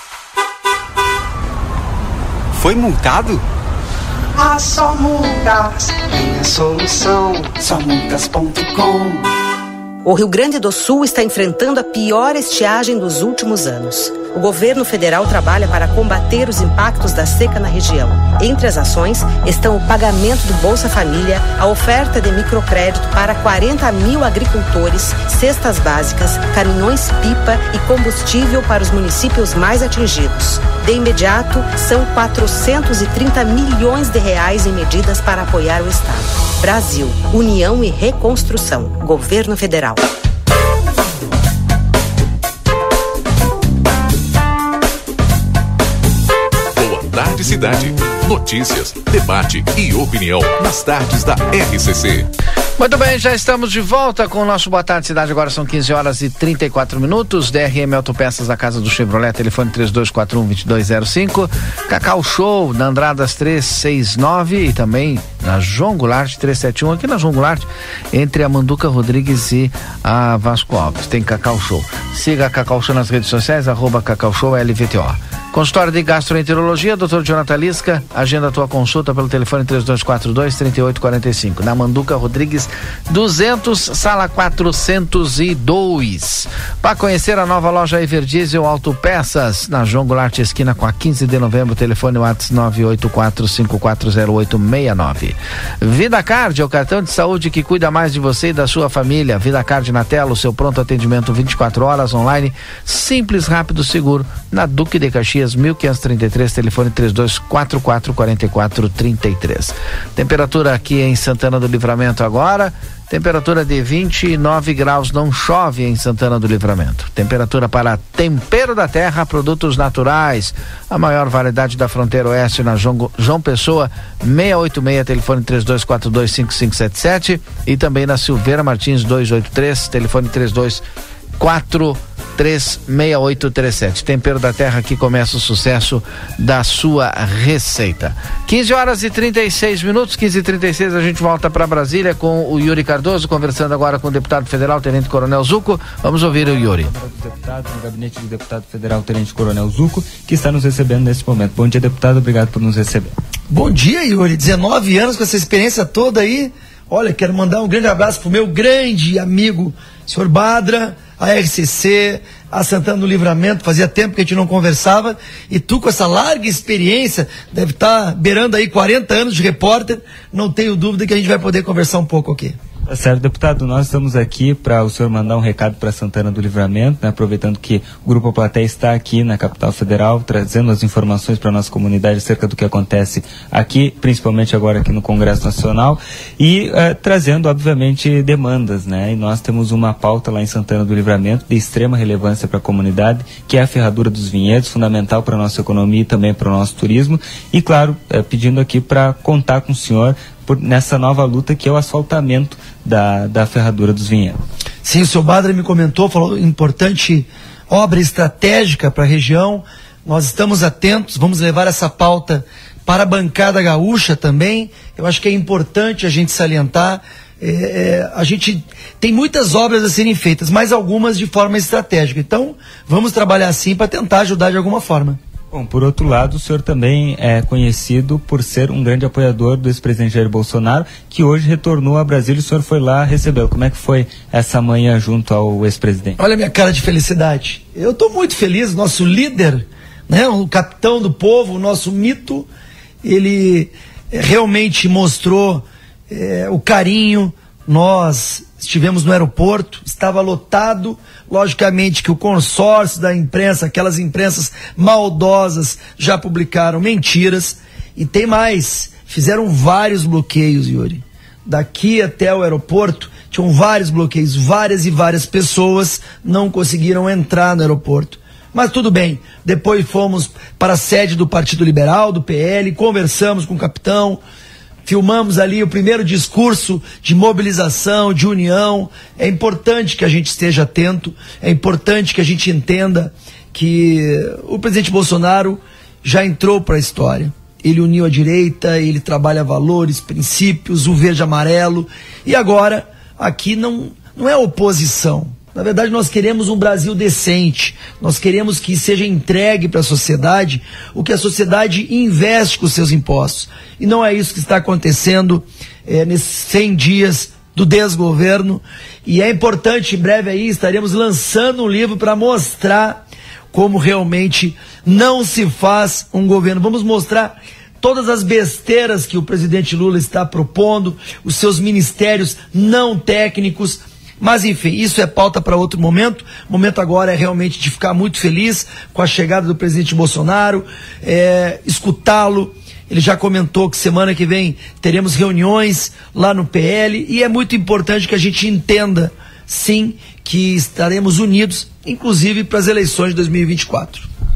Foi multado? A Só Multas tem a solução. Somultas.com. O Rio Grande do Sul está enfrentando a pior estiagem dos últimos anos. O governo federal trabalha para combater os impactos da seca na região. Entre as ações estão o pagamento do Bolsa Família, a oferta de microcrédito para 40 mil agricultores, cestas básicas, caminhões-pipa e combustível para os municípios mais atingidos. De imediato, são 430 milhões de reais em medidas para apoiar o Estado. Brasil, União e Reconstrução. Governo Federal. Boa tarde, cidade. Notícias, debate e opinião nas tardes da RCC. Muito bem, já estamos de volta com o nosso Boa Tarde Cidade. Agora são 15 horas e 34 minutos. DRM Autopeças da Casa do Chevrolet, telefone 3241-2205. Cacau Show, na Andradas 369 e também na João Goulart 371. Aqui na João Goulart, entre a Manduca Rodrigues e a Vasco Alves. Tem Cacau Show. Siga a Cacau Show nas redes sociais, @Cacau Show LVTO. Consultório de Gastroenterologia, Dr. Jonathan Lisca. Agenda a tua consulta pelo telefone 3242-3845. Na Manduca Rodrigues 200, sala 402. Para conhecer a nova loja Everdiesel Autopeças, na João Goulart, esquina com a 15 de novembro, telefone WhatsApp 984540869. Vida Card é o cartão de saúde que cuida mais de você e da sua família. Vida Card na tela, o seu pronto atendimento 24 horas online, simples, rápido, seguro, na Duque de Caxias 1533, telefone 3244-4433. Temperatura aqui em Santana do Livramento agora, temperatura de 29 graus, não chove em Santana do Livramento. Temperatura para Tempero da Terra, produtos naturais, a maior variedade da fronteira oeste na João Pessoa 686, telefone 3242-5577 e também na Silveira Martins 283, telefone 32436837. Tempero da Terra, que começa o sucesso da sua receita. 15 horas e 36 minutos, 15h36, a gente volta para Brasília com o Yuri Cardoso, conversando agora com o deputado federal, Tenente Coronel Zucco. Vamos ouvir o Yuri. No gabinete do deputado federal, Tenente Coronel Zucco, que está nos recebendo nesse momento. Bom dia, deputado, obrigado por nos receber. Bom dia, Yuri, 19 anos com essa experiência toda aí. Olha, quero mandar um grande abraço pro meu grande amigo, senhor Badra, a RCC, a Santana do Livramento. Fazia tempo que a gente não conversava, e tu, com essa larga experiência, deve estar beirando aí 40 anos de repórter, não tenho dúvida que a gente vai poder conversar um pouco aqui. Tá certo, deputado, nós estamos aqui para o senhor mandar um recado para Santana do Livramento, né, aproveitando que o Grupo Plateia está aqui na capital federal, trazendo as informações para a nossa comunidade acerca do que acontece aqui, principalmente agora aqui no Congresso Nacional, e trazendo, obviamente, demandas, né, e nós temos uma pauta lá em Santana do Livramento de extrema relevância para a comunidade, que é a ferradura dos vinhedos, fundamental para a nossa economia e também para o nosso turismo, e claro, pedindo aqui para contar com o senhor nessa nova luta que é o asfaltamento da ferradura dos vinhedos. Sim, o senhor Badra me comentou, falou importante obra estratégica para a região. Nós estamos atentos, vamos levar essa pauta para a bancada gaúcha também. Eu acho que é importante a gente salientar. A gente tem muitas obras a serem feitas, mas algumas de forma estratégica. Então, vamos trabalhar assim para tentar ajudar de alguma forma. Bom, por outro lado, o senhor também é conhecido por ser um grande apoiador do ex-presidente Jair Bolsonaro, que hoje retornou a Brasília e o senhor foi lá recebê-lo. Como é que foi essa manhã junto ao ex-presidente? Olha a minha cara de felicidade. Eu estou muito feliz, nosso líder, né, o capitão do povo, o nosso mito, ele realmente mostrou o carinho. Nós estivemos no aeroporto, estava lotado, logicamente que o consórcio da imprensa, aquelas imprensas maldosas, já publicaram mentiras, e tem mais, fizeram vários bloqueios, Yuri. Daqui até o aeroporto, tinham vários bloqueios, várias e várias pessoas não conseguiram entrar no aeroporto. Mas tudo bem, depois fomos para a sede do Partido Liberal, do PL, conversamos com o capitão, filmamos ali o primeiro discurso de mobilização, de união. É importante que a gente esteja atento, é importante que a gente entenda que o presidente Bolsonaro já entrou para a história. Ele uniu a direita, ele trabalha valores, princípios, o verde e amarelo, e agora aqui não é oposição. Na verdade, nós queremos um Brasil decente, nós queremos que seja entregue para a sociedade o que a sociedade investe com os seus impostos. E não é isso que está acontecendo nesses 100 dias do desgoverno. E é importante, em breve aí, estaremos lançando um livro para mostrar como realmente não se faz um governo. Vamos mostrar todas as besteiras que o presidente Lula está propondo, os seus ministérios não técnicos. Mas enfim, isso é pauta para outro momento. O momento agora é realmente de ficar muito feliz com a chegada do presidente Bolsonaro, escutá-lo. Ele já comentou que semana que vem teremos reuniões lá no PL, e é muito importante que a gente entenda, sim, que estaremos unidos, inclusive para as eleições de 2024.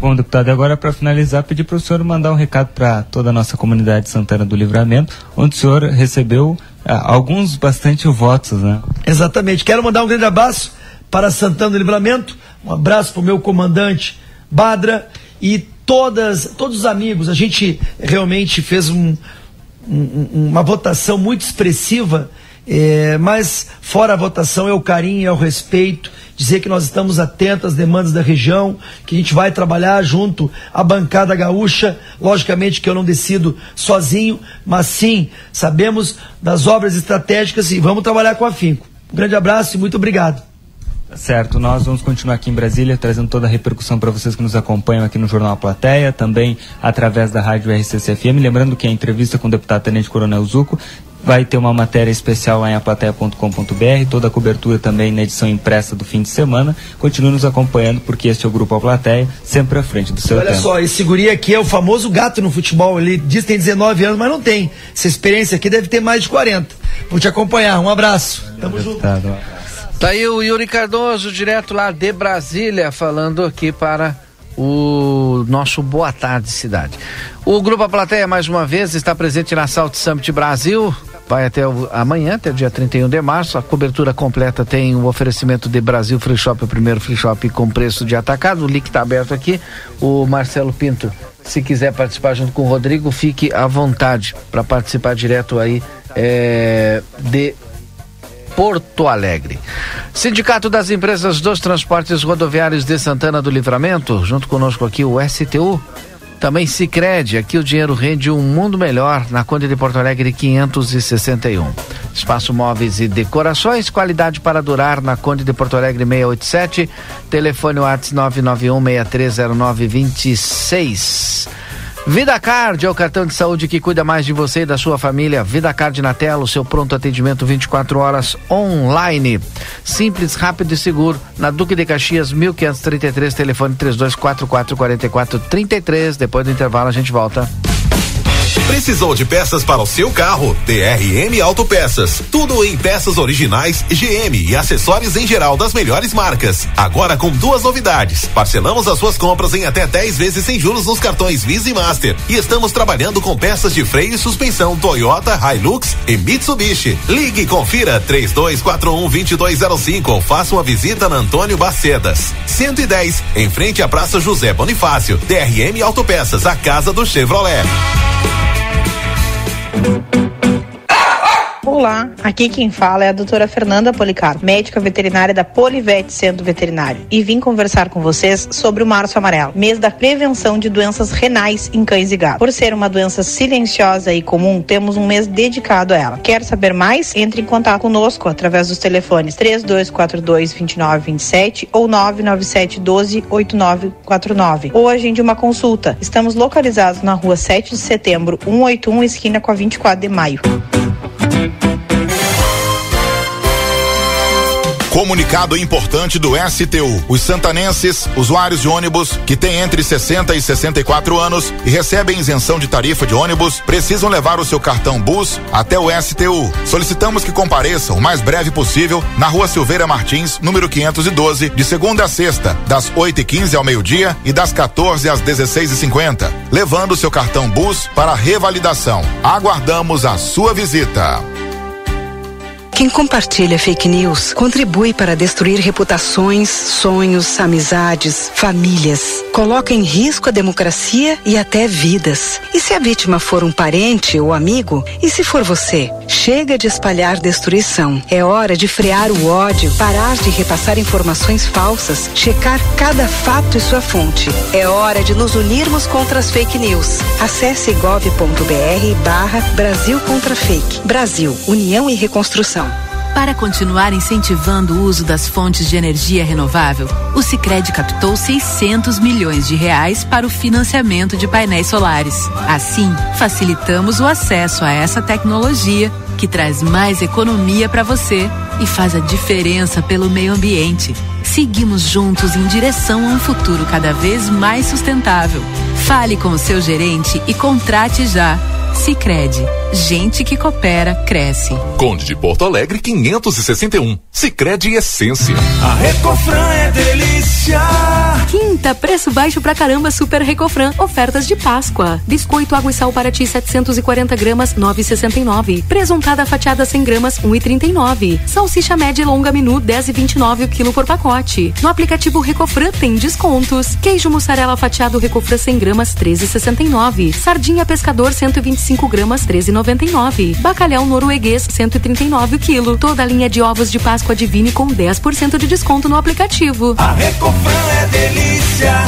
Bom, deputado, agora para finalizar, pedir para o senhor mandar um recado para toda a nossa comunidade de Santana do Livramento, onde o senhor recebeu alguns bastante votos, né? Exatamente. Quero mandar um grande abraço para Santana do Livramento, um abraço para o meu comandante Badra e todos os amigos. A gente realmente fez uma votação muito expressiva, mas fora a votação é o carinho, é o respeito, dizer que nós estamos atentos às demandas da região, que a gente vai trabalhar junto à bancada gaúcha. Logicamente que eu não decido sozinho, mas sim, sabemos das obras estratégicas e vamos trabalhar com afinco. Um grande abraço e muito obrigado. Certo, nós vamos continuar aqui em Brasília, trazendo toda a repercussão para vocês que nos acompanham aqui no Jornal Plateia, também através da rádio RCC-FM. Lembrando que a entrevista com o deputado Tenente Coronel Zuco vai ter uma matéria especial lá em aplateia.com.br, toda a cobertura também na edição impressa do fim de semana. Continue nos acompanhando, porque este é o Grupo A Plateia, sempre à frente do seu tempo. Olha só, esse guri aqui é o famoso gato no futebol. Ele diz que tem 19 anos, mas não tem. Essa experiência aqui deve ter mais de 40. Vou te acompanhar. Um abraço. Tamo junto. Tá aí o Yuri Cardoso, direto lá de Brasília, falando aqui para o nosso Boa Tarde Cidade. O Grupo A Plateia, mais uma vez, está presente na South Summit Brasil. Vai até amanhã, até o dia 31 de março. A cobertura completa tem o oferecimento de Brasil Free Shop, o primeiro free shop com preço de atacado. O link está aberto aqui. O Marcelo Pinto, se quiser participar junto com o Rodrigo, fique à vontade para participar direto aí de Porto Alegre. Sindicato das Empresas dos Transportes Rodoviários de Santana do Livramento, junto conosco aqui o STU, também Sicredi. Aqui o dinheiro rende um mundo melhor, na Conde de Porto Alegre 561. Espaço Móveis e Decorações, qualidade para durar, na Conde de Porto Alegre 687, telefone WhatsApp 991-6309-26. VidaCard é o cartão de saúde que cuida mais de você e da sua família. VidaCard na tela, o seu pronto atendimento 24 horas online. Simples, rápido e seguro. Na Duque de Caxias, 1533, telefone 3244-4433. Depois do intervalo a gente volta. Precisou de peças para o seu carro? DRM Autopeças. Tudo em peças originais GM e acessórios em geral das melhores marcas. Agora com 2 novidades. Parcelamos as suas compras em até 10 vezes sem juros nos cartões Visa e Master. E estamos trabalhando com peças de freio e suspensão Toyota, Hilux e Mitsubishi. Ligue e confira 3241-2205 ou faça uma visita na Antônio Bacedas 110, em frente à Praça José Bonifácio. DRM Autopeças, a casa do Chevrolet. Olá, aqui quem fala é a doutora Fernanda Policarpo, médica veterinária da Polivete Centro Veterinário, e vim conversar com vocês sobre o Março Amarelo, mês da prevenção de doenças renais em cães e gatos. Por ser uma doença silenciosa e comum, temos um mês dedicado a ela. Quer saber mais? Entre em contato conosco através dos telefones 3242-2927 ou 99712-8949, ou agende uma consulta. Estamos localizados na rua 7 de setembro, 181, esquina com a 24 de maio. Comunicado importante do STU. Os santanenses, usuários de ônibus que têm entre 60 e 64 anos e recebem isenção de tarifa de ônibus, precisam levar o seu cartão Bus até o STU. Solicitamos que compareçam o mais breve possível na Rua Silveira Martins, número 512, de segunda a sexta, das 8h15 ao meio-dia e das 14 às 16h50, levando o seu cartão Bus para revalidação. Aguardamos a sua visita. Quem compartilha fake news contribui para destruir reputações, sonhos, amizades, famílias. Coloca em risco a democracia e até vidas. E se a vítima for um parente ou amigo? E se for você? Chega de espalhar destruição. É hora de frear o ódio, parar de repassar informações falsas, checar cada fato e sua fonte. É hora de nos unirmos contra as fake news. Acesse gov.br/Brasil contra Fake. Brasil, União e Reconstrução. Para continuar incentivando o uso das fontes de energia renovável, o Sicredi captou 600 milhões de reais para o financiamento de painéis solares. Assim, facilitamos o acesso a essa tecnologia que traz mais economia para você e faz a diferença pelo meio ambiente. Seguimos juntos em direção a um futuro cada vez mais sustentável. Fale com o seu gerente e contrate já. Sicredi, gente que coopera, cresce. Conde de Porto Alegre 561. Sicredi Essência. A Recofran é delícia. Quinta, preço baixo pra caramba Super Recofran, ofertas de Páscoa. Biscoito Água e Sal Paraty 740 gramas, 9,69. Presuntada fatiada 100 gramas, 1,39. Salsicha média e longa menu, 10,29 o quilo por pacote. No aplicativo Recofran tem descontos. Queijo mussarela fatiado Recofran 100 gramas, 13,69. Sardinha pescador 125 gramas, 13,99. Bacalhau norueguês 139 o quilo. Toda a linha de ovos de Páscoa Divine com 10% de desconto no aplicativo. A Recofran é delícia.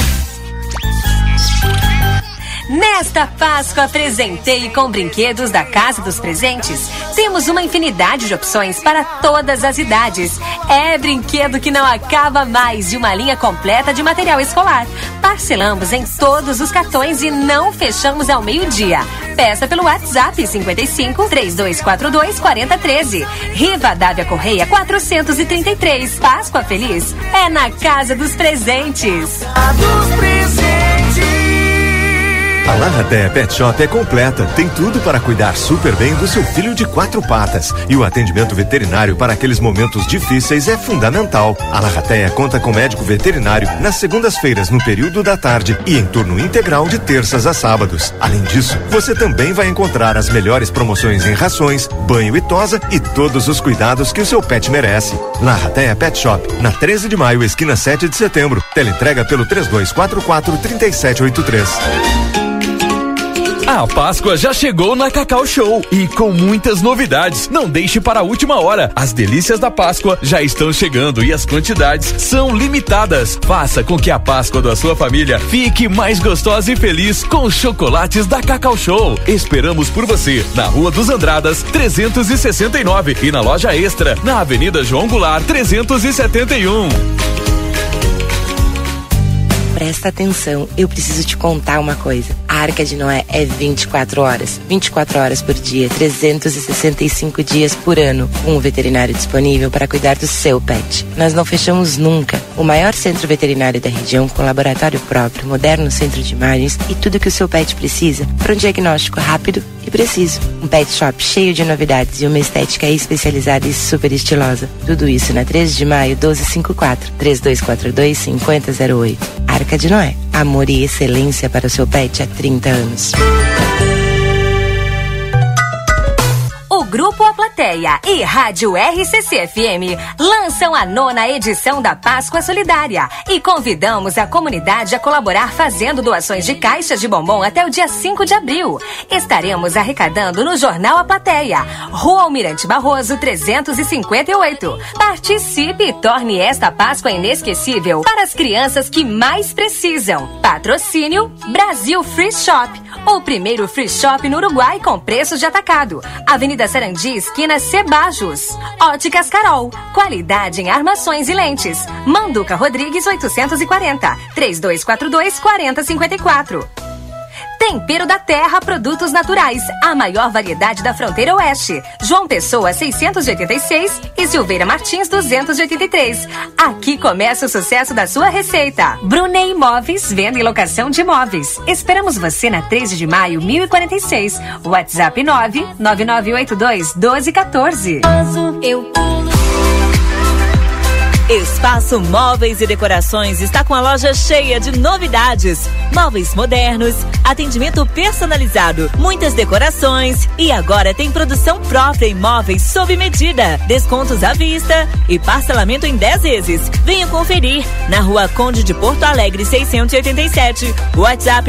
Nesta Páscoa, presentei com brinquedos da Casa dos Presentes. Temos uma infinidade de opções para todas as idades. É brinquedo que não acaba mais e uma linha completa de material escolar. Parcelamos em todos os cartões e não fechamos ao meio-dia. Peça pelo WhatsApp 55 3242 4013. Rivadavia Correia 433. Páscoa feliz é na Casa dos Presentes. A Larratea Pet Shop é completa, tem tudo para cuidar super bem do seu filho de 4 patas. E o atendimento veterinário para aqueles momentos difíceis é fundamental. A Larratea conta com médico veterinário nas segundas-feiras no período da tarde e em turno integral de terças a sábados. Além disso, você também vai encontrar as melhores promoções em rações, banho e tosa e todos os cuidados que o seu pet merece. Larratea Pet Shop, na 13 de maio, esquina 7 de setembro. Teleentrega pelo 3244-3783. A Páscoa já chegou na Cacau Show e com muitas novidades. Não deixe para a última hora. As delícias da Páscoa já estão chegando e as quantidades são limitadas. Faça com que a Páscoa da sua família fique mais gostosa e feliz com os chocolates da Cacau Show. Esperamos por você na Rua dos Andradas 369 e na Loja Extra na Avenida João Goulart 371. Presta atenção, eu preciso te contar uma coisa. A Arca de Noé é 24 horas. 24 horas por dia, 365 dias por ano. Um veterinário disponível para cuidar do seu pet. Nós não fechamos nunca. O maior centro veterinário da região, com laboratório próprio, moderno centro de imagens e tudo que o seu pet precisa para um diagnóstico rápido e preciso. Um pet shop cheio de novidades e uma estética especializada e super estilosa. Tudo isso na 3 de maio, 1254, 3242-5008. Arca de Noé. Amor e excelência para o seu pet há 30 anos. O Grupo A Plateia e Rádio RCC-FM lançam a 9ª edição da Páscoa Solidária e convidamos a comunidade a colaborar fazendo doações de caixas de bombom até o dia 5 de abril. Estaremos arrecadando no Jornal A Plateia, Rua Almirante Barroso 358. Participe e torne esta Páscoa inesquecível para as crianças que mais precisam. Patrocínio Brasil Free Shop, o primeiro free shop no Uruguai com preços de atacado. Avenida Sarandi, esquina Cebajos. Óticas Carol, qualidade em armações e lentes. Manduca Rodrigues 840, 3242-4054. Tempero da Terra, produtos naturais, a maior variedade da fronteira oeste. João Pessoa 686 e Silveira Martins 283. Aqui começa o sucesso da sua receita. Brunei Imóveis, venda e locação de imóveis. Esperamos você na 13 de maio, 1046. WhatsApp 99982-1214. Eu pulo. Espaço Móveis e Decorações está com a loja cheia de novidades. Móveis modernos, atendimento personalizado, muitas decorações e agora tem produção própria em móveis sob medida, descontos à vista e parcelamento em 10 vezes. Venha conferir na Rua Conde de Porto Alegre 687, WhatsApp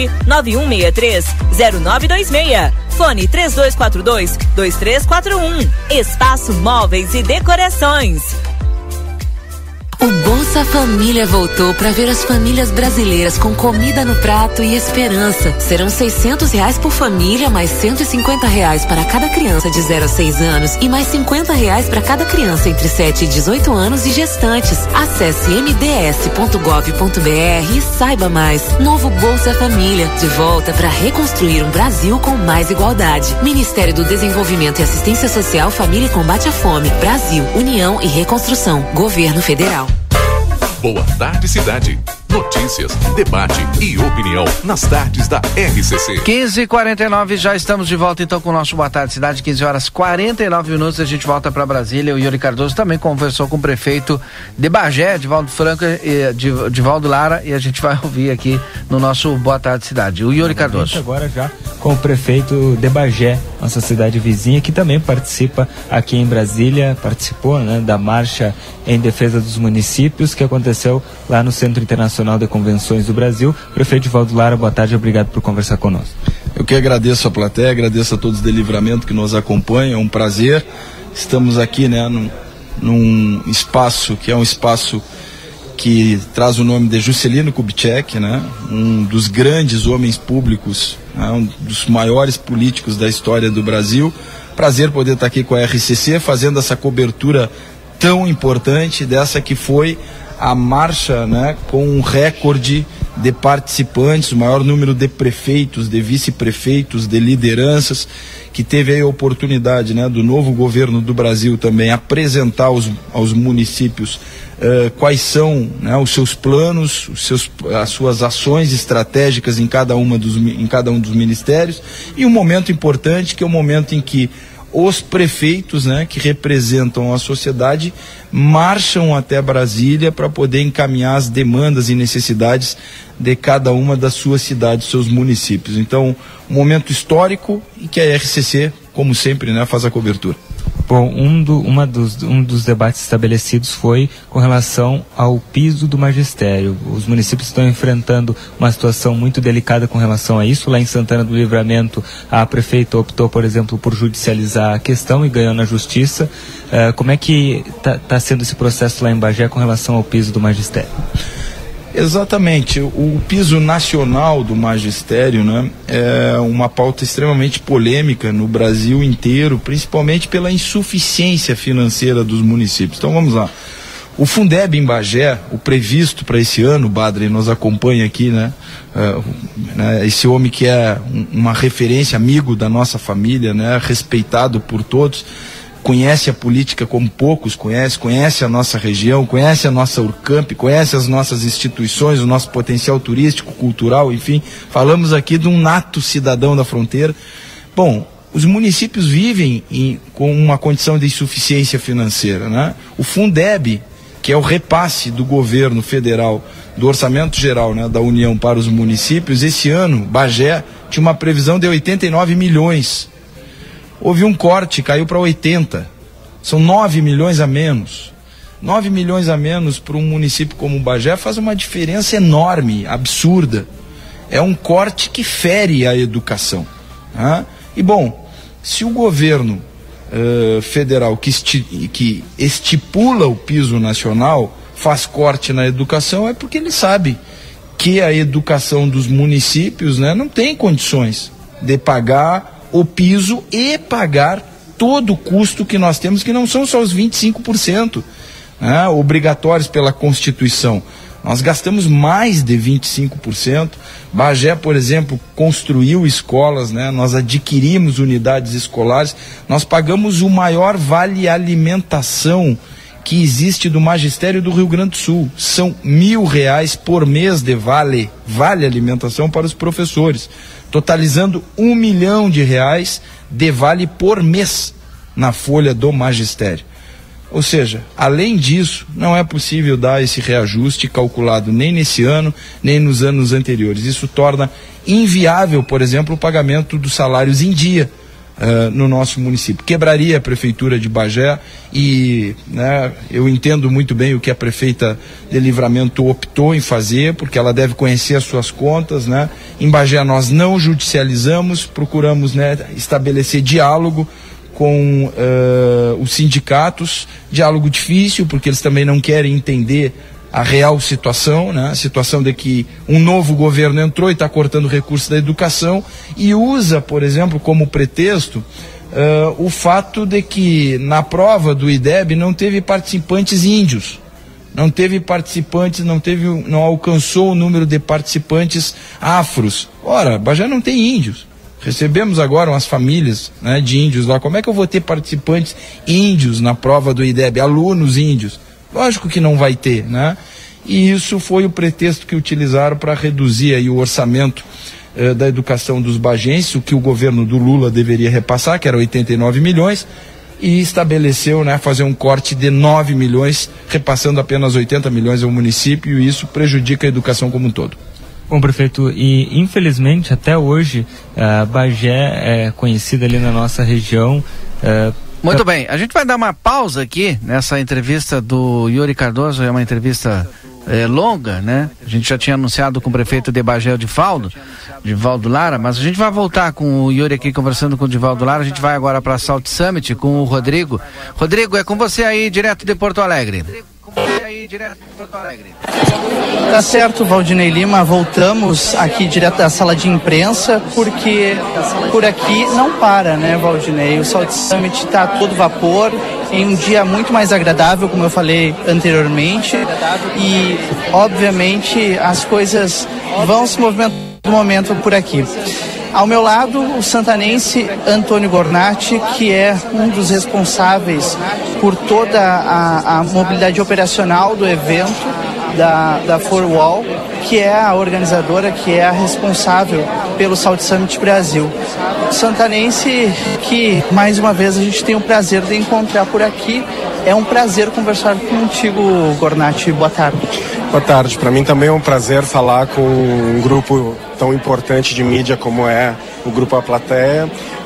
991630926, fone 3242-2341. Espaço Móveis e Decorações. O Bolsa Família voltou para ver as famílias brasileiras com comida no prato e esperança. Serão R$600 por família, mais R$150 para cada criança de 0 a 6 anos e mais R$50 para cada criança entre 7 e 18 anos e gestantes. Acesse mds.gov.br e saiba mais. Novo Bolsa Família, de volta para reconstruir um Brasil com mais igualdade. Ministério do Desenvolvimento e Assistência Social, Família e Combate à Fome. Brasil, União e Reconstrução. Governo Federal. Boa Tarde Cidade. Notícias, debate e opinião nas tardes da RCC. 15h49, já estamos de volta então com o nosso Boa Tarde Cidade, 15h49, a gente volta para Brasília. O Yuri Cardoso também conversou com o prefeito de Bagé, Divaldo Franco e Divaldo Lara, e a gente vai ouvir aqui no nosso Boa Tarde Cidade. O Yuri Cardoso. Agora já com o prefeito de Bagé, nossa cidade vizinha, que também participa aqui em Brasília, participou, né, da marcha em defesa dos municípios que aconteceu lá no Centro Internacional de Convenções do Brasil. Prefeito Divaldo Lara, boa tarde, obrigado por conversar conosco. Eu que agradeço a plateia, agradeço a todos de Livramento que nos acompanham, é um prazer. Estamos aqui, né, num espaço que é um espaço que traz o nome de Juscelino Kubitschek, né, um dos grandes homens públicos, né, um dos maiores políticos da história do Brasil. Prazer poder estar aqui com a RCC, fazendo essa cobertura tão importante dessa que foi a marcha, né, com um recorde de participantes, o maior número de prefeitos, de vice-prefeitos, de lideranças, que teve aí a oportunidade, né, do novo governo do Brasil também apresentar aos municípios quais são, né, os seus planos, as suas ações estratégicas em cada um dos ministérios, e um momento importante que é o momento em que os prefeitos, né, que representam a sociedade, marcham até Brasília para poder encaminhar as demandas e necessidades de cada uma das suas cidades, seus municípios. Então, um momento histórico e que a RCC, como sempre, né, faz a cobertura. Bom, um dos debates estabelecidos foi com relação ao piso do magistério. Os municípios estão enfrentando uma situação muito delicada com relação a isso. Lá em Santana do Livramento, a prefeita optou, por exemplo, por judicializar a questão e ganhou na justiça. Como é que está sendo esse processo lá em Bagé com relação ao piso do magistério? Exatamente, o piso nacional do magistério, né, é uma pauta extremamente polêmica no Brasil inteiro, principalmente pela insuficiência financeira dos municípios. Então vamos lá, o Fundeb em Bagé, o previsto para esse ano, o Badre nos acompanha aqui, né, esse homem que é uma referência, amigo da nossa família, né, respeitado por todos, conhece a política como poucos conhece a nossa região, conhece a nossa Urcamp, conhece as nossas instituições, o nosso potencial turístico, cultural, enfim, falamos aqui de um nato cidadão da fronteira. Bom, os municípios vivem com uma condição de insuficiência financeira, né? O Fundeb, que é o repasse do governo federal, do orçamento geral, né, da União para os municípios, esse ano, Bagé tinha uma previsão de 89 milhões. Houve um corte, caiu para 80. São 9 milhões a menos. 9 milhões a menos para um município como Bagé faz uma diferença enorme, absurda. É um corte que fere a educação. Né? E bom, se o governo federal que estipula o piso nacional faz corte na educação, é porque ele sabe que a educação dos municípios, né, não tem condições de pagar o piso e pagar todo o custo que nós temos, que não são só os 25%, né, obrigatórios pela Constituição. Nós gastamos mais de 25%. Bagé, por exemplo, construiu escolas, né, nós adquirimos unidades escolares, nós pagamos o maior vale alimentação que existe do magistério do Rio Grande do Sul. São R$1.000 por mês de vale alimentação para os professores, totalizando R$1 milhão de vale por mês na folha do magistério. Ou seja, além disso, não é possível dar esse reajuste calculado nem nesse ano, nem nos anos anteriores. Isso torna inviável, por exemplo, o pagamento dos salários em dia no nosso município. Quebraria a prefeitura de Bagé e, né, eu entendo muito bem o que a prefeita de Livramento optou em fazer, porque ela deve conhecer as suas contas, né? Em Bagé nós não judicializamos, procuramos, né, estabelecer diálogo com os sindicatos, diálogo difícil, porque eles também não querem entender a real situação, né? A situação de que um novo governo entrou e está cortando recursos da educação e usa, por exemplo, como pretexto o fato de que na prova do IDEB não teve participantes índios, não alcançou o número de participantes afros. Ora, Bagé não tem índios. Recebemos agora umas famílias, né, de índios lá. Como é que eu vou ter participantes índios na prova do IDEB, alunos índios? Lógico que não vai ter, né? e isso foi o pretexto que utilizaram para reduzir aí o orçamento da educação dos bagenses, o que o governo do Lula deveria repassar, que era 89 milhões, e estabeleceu, né, fazer um corte de 9 milhões, repassando apenas 80 milhões ao município, e isso prejudica a educação como um todo. Bom, prefeito, e infelizmente até hoje Bagé é conhecida ali na nossa região. Muito bem, a gente vai dar uma pausa aqui nessa entrevista do Yuri Cardoso, é uma entrevista longa, né? A gente já tinha anunciado com o prefeito de Bagé, o Divaldo Lara, mas a gente vai voltar com o Yuri aqui conversando com o Divaldo Lara. A gente vai agora para Salt Summit com o Rodrigo. Rodrigo, é com você aí, direto de Porto Alegre. Tá certo, Valdinei Lima, voltamos aqui direto da sala de imprensa, porque por aqui não para, né, Valdinei? O Salt Summit está a todo vapor, em um dia muito mais agradável, como eu falei anteriormente, e obviamente as coisas vão se movimentar no momento por aqui. Ao meu lado, o santanense Antônio Gornati, que é um dos responsáveis por toda a mobilidade operacional do evento da ForWall, que é a organizadora, que é a responsável pelo Salt Summit Brasil. Santanense que, mais uma vez, a gente tem o prazer de encontrar por aqui. É um prazer conversar contigo, Gornati. Boa tarde. Boa tarde. Para mim também é um prazer falar com um grupo tão importante de mídia como é o Grupo A Plateia.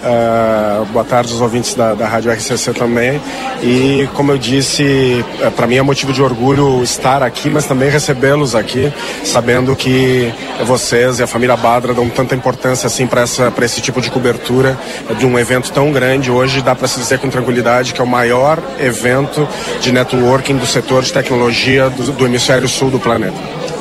Boa tarde aos ouvintes da Rádio RCC também. E, como eu disse, para mim é motivo de orgulho estar aqui, mas também recebê-los aqui, sabendo que vocês e a família Badra dão tanta importância assim para esse tipo de cobertura de um evento tão grande. Hoje dá para se dizer com tranquilidade que é o maior evento de networking do setor de tecnologia do hemisfério sul do planeta.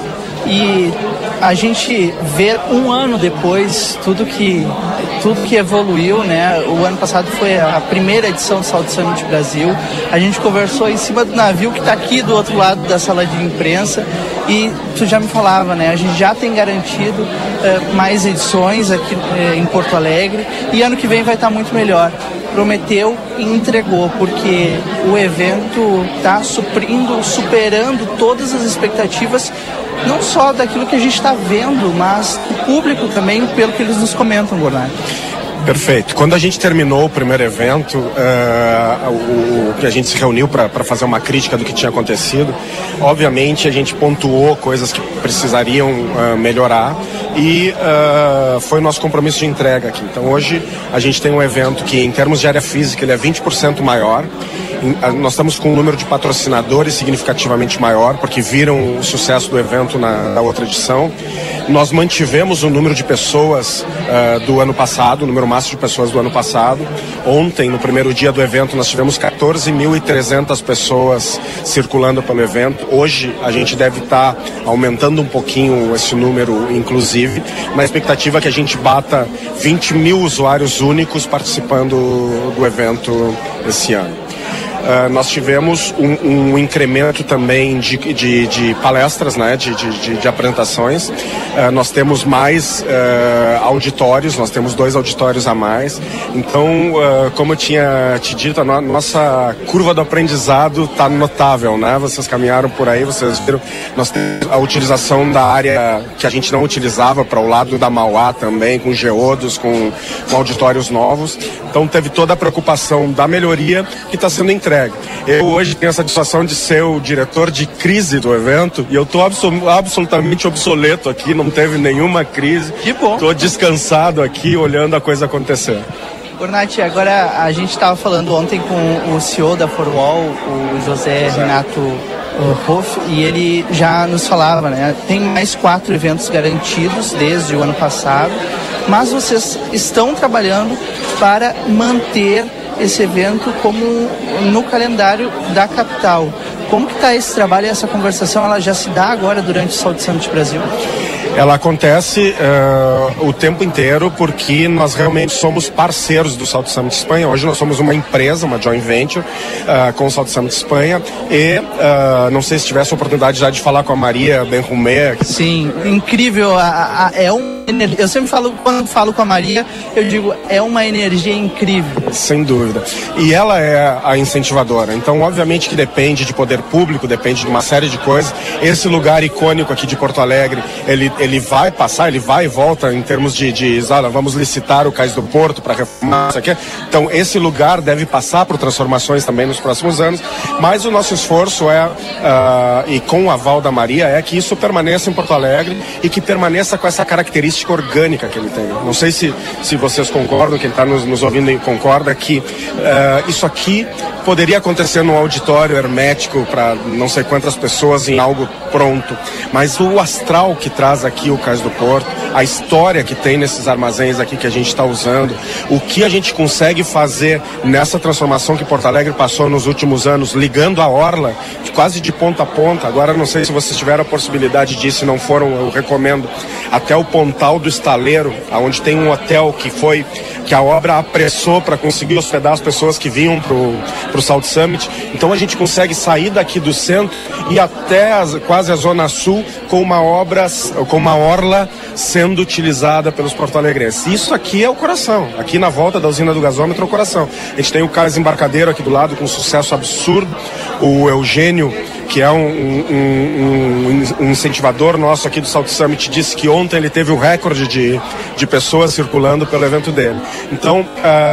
E a gente vê um ano depois tudo que evoluiu, né? O ano passado foi a primeira edição do Salt Summit Brasil. A gente conversou em cima do navio que está aqui do outro lado da sala de imprensa, e tu já me falava, né? A gente já tem garantido mais edições aqui em Porto Alegre, e ano que vem vai estar muito melhor. Prometeu e entregou, porque o evento está superando todas as expectativas, não só daquilo que a gente está vendo, mas do público também, pelo que eles nos comentam, Gornati. Perfeito. Quando a gente terminou o primeiro evento, que a gente se reuniu para fazer uma crítica do que tinha acontecido, obviamente a gente pontuou coisas que precisariam melhorar, e foi o nosso compromisso de entrega aqui. Então hoje a gente tem um evento que, em termos de área física, ele é 20% maior. Nós estamos com um número de patrocinadores significativamente maior, porque viram o sucesso do evento na outra edição. Nós mantivemos o número de pessoas do ano passado, o número máximo de pessoas do ano passado. Ontem, no primeiro dia do evento, nós tivemos 14.300 pessoas circulando pelo evento. Hoje a gente deve estar aumentando um pouquinho esse número, inclusive, na expectativa que a gente bata 20 mil usuários únicos participando do evento esse ano. Nós tivemos um incremento também de palestras, né, de apresentações. Nós temos mais auditórios, nós temos 2 auditórios a mais. Então, como eu tinha te dito, a nossa curva do aprendizado está notável, né? Vocês caminharam por aí, vocês viram, nós temos a utilização da área que a gente não utilizava para o lado da Mauá também, com geodos, com auditórios novos. Então, teve toda a preocupação da melhoria que está sendo entregue. Eu hoje tenho a satisfação de ser o diretor de crise do evento, e eu estou absolutamente obsoleto aqui, não teve nenhuma crise. Que bom. Estou descansado aqui, olhando a coisa acontecer. Gornati, agora a gente estava falando ontem com o CEO da ForWall, o José Renato Hoff, e ele já nos falava, né? Tem mais 4 eventos garantidos desde o ano passado, mas vocês estão trabalhando para manter esse evento como no calendário da capital. Como que está esse trabalho e essa conversação? Ela já se dá agora durante o Salt Summit Brasil? Ela acontece o tempo inteiro porque nós realmente somos parceiros do South Summit Espanha. Hoje nós somos uma empresa, uma joint venture com o South Summit Espanha e não sei se tivesse a oportunidade já de falar com a Maria Benjumea. Sim, incrível. Eu sempre falo, quando falo com a Maria, eu digo, é uma energia incrível. Sem dúvida. E ela é a incentivadora. Então, obviamente que depende de poder público, depende de uma série de coisas. Esse lugar icônico aqui de Porto Alegre, ele vai passar, ele vai e volta em termos de vamos licitar o Cais do Porto para reformar isso aqui. Então, esse lugar deve passar por transformações também nos próximos anos. Mas o nosso esforço e com o aval da Maria, é que isso permaneça em Porto Alegre e que permaneça com essa característica orgânica que ele tem. Não sei se vocês concordam, quem está nos ouvindo e concorda que isso aqui poderia acontecer num auditório hermético para não sei quantas pessoas em algo pronto, mas o astral que traz aqui o Cais do Porto, a história que tem nesses armazéns aqui que a gente está usando, o que a gente consegue fazer nessa transformação que Porto Alegre passou nos últimos anos, ligando a orla quase de ponta a ponta. Agora não sei se vocês tiveram a possibilidade disso, se não foram, eu recomendo, até o Pontal do Estaleiro, onde tem um hotel que a obra apressou para conseguir hospedar as pessoas que vinham pro South Summit. Então a gente consegue sair daqui do centro e até quase a zona sul com uma orla sendo utilizada pelos porto-alegrenses. Isso aqui é o coração. Aqui na volta da usina do gasômetro é o coração. A gente tem o Cais Embarcadeiro aqui do lado com um sucesso absurdo. O Eugênio, que é um incentivador nosso aqui do South Summit, disse que ontem ele teve o recorde de pessoas circulando pelo evento dele. Então,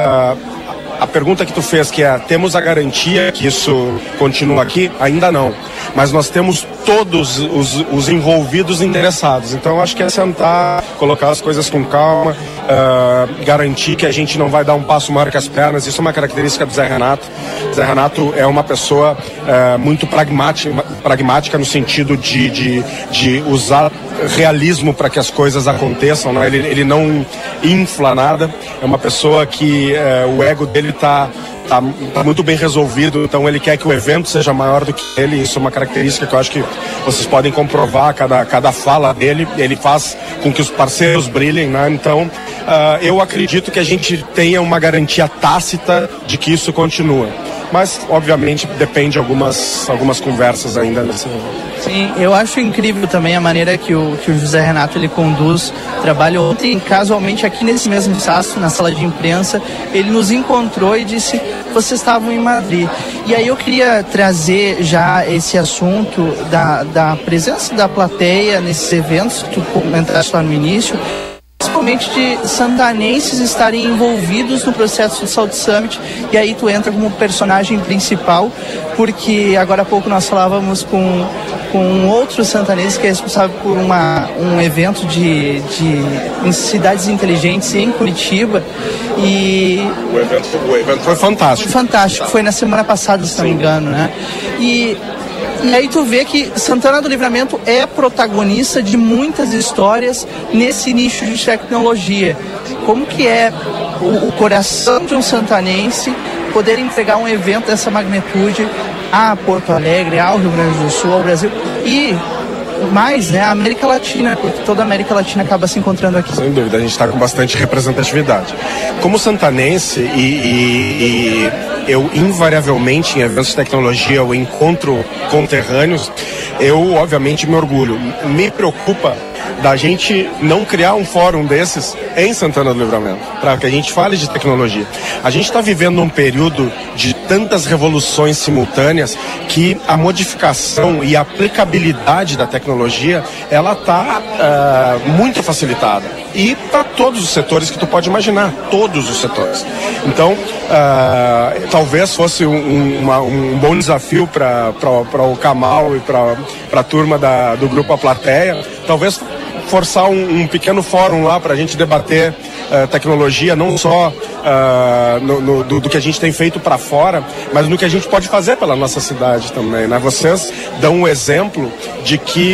a pergunta que tu fez, que temos a garantia que isso continua aqui? Ainda não. Mas nós temos todos os envolvidos interessados. Então, acho que é sentar, colocar as coisas com calma, garantir que a gente não vai dar um passo maior que as pernas. Isso é uma característica do Zé Renato. Zé Renato é uma pessoa muito pragmática no sentido de usar realismo para que as coisas aconteçam, né? Ele não infla nada. É uma pessoa que o ego dele tá muito bem resolvido, então ele quer que o evento seja maior do que ele. Isso é uma característica que eu acho que vocês podem comprovar, cada fala dele, ele faz com que os parceiros brilhem, né? Então, eu acredito que a gente tenha uma garantia tácita de que isso continua. Mas, obviamente, depende de algumas conversas ainda nesse... Sim, eu acho incrível também a maneira que o José Renato ele conduz o trabalho. Ontem, casualmente, aqui nesse mesmo espaço, na sala de imprensa, ele nos encontrou e disse: vocês estavam em Madrid. E aí eu queria trazer já esse assunto da presença da plateia nesses eventos que tu comentaste lá no início, principalmente de santanenses estarem envolvidos no processo do South Summit, e aí tu entra como personagem principal, porque agora há pouco nós falávamos com outro santanense que é responsável por um evento em cidades inteligentes em Curitiba, e o evento foi fantástico. Foi fantástico, foi na semana passada, se não me engano, né? E aí tu vê que Santana do Livramento é protagonista de muitas histórias nesse nicho de tecnologia. Como que é o coração de um santanense poder entregar um evento dessa magnitude a Porto Alegre, ao Rio Grande do Sul, ao Brasil e mais, né, a América Latina, porque toda a América Latina acaba se encontrando aqui. Sem dúvida, a gente está com bastante representatividade. Como santanense e eu invariavelmente em eventos de tecnologia eu encontro conterrâneos, eu obviamente me orgulho. Me preocupa da gente não criar um fórum desses em Santana do Livramento, para que a gente fale de tecnologia. A gente está vivendo um período de tantas revoluções simultâneas que a modificação e a aplicabilidade da tecnologia, ela está muito facilitada. E para todos os setores que tu pode imaginar, todos os setores. Então, talvez fosse um bom desafio para o Kamal e para a turma do Grupo A Plateia, talvez forçar um pequeno fórum lá para a gente debater tecnologia, não só do que a gente tem feito para fora, mas no que a gente pode fazer pela nossa cidade também, né? Vocês dão um exemplo de que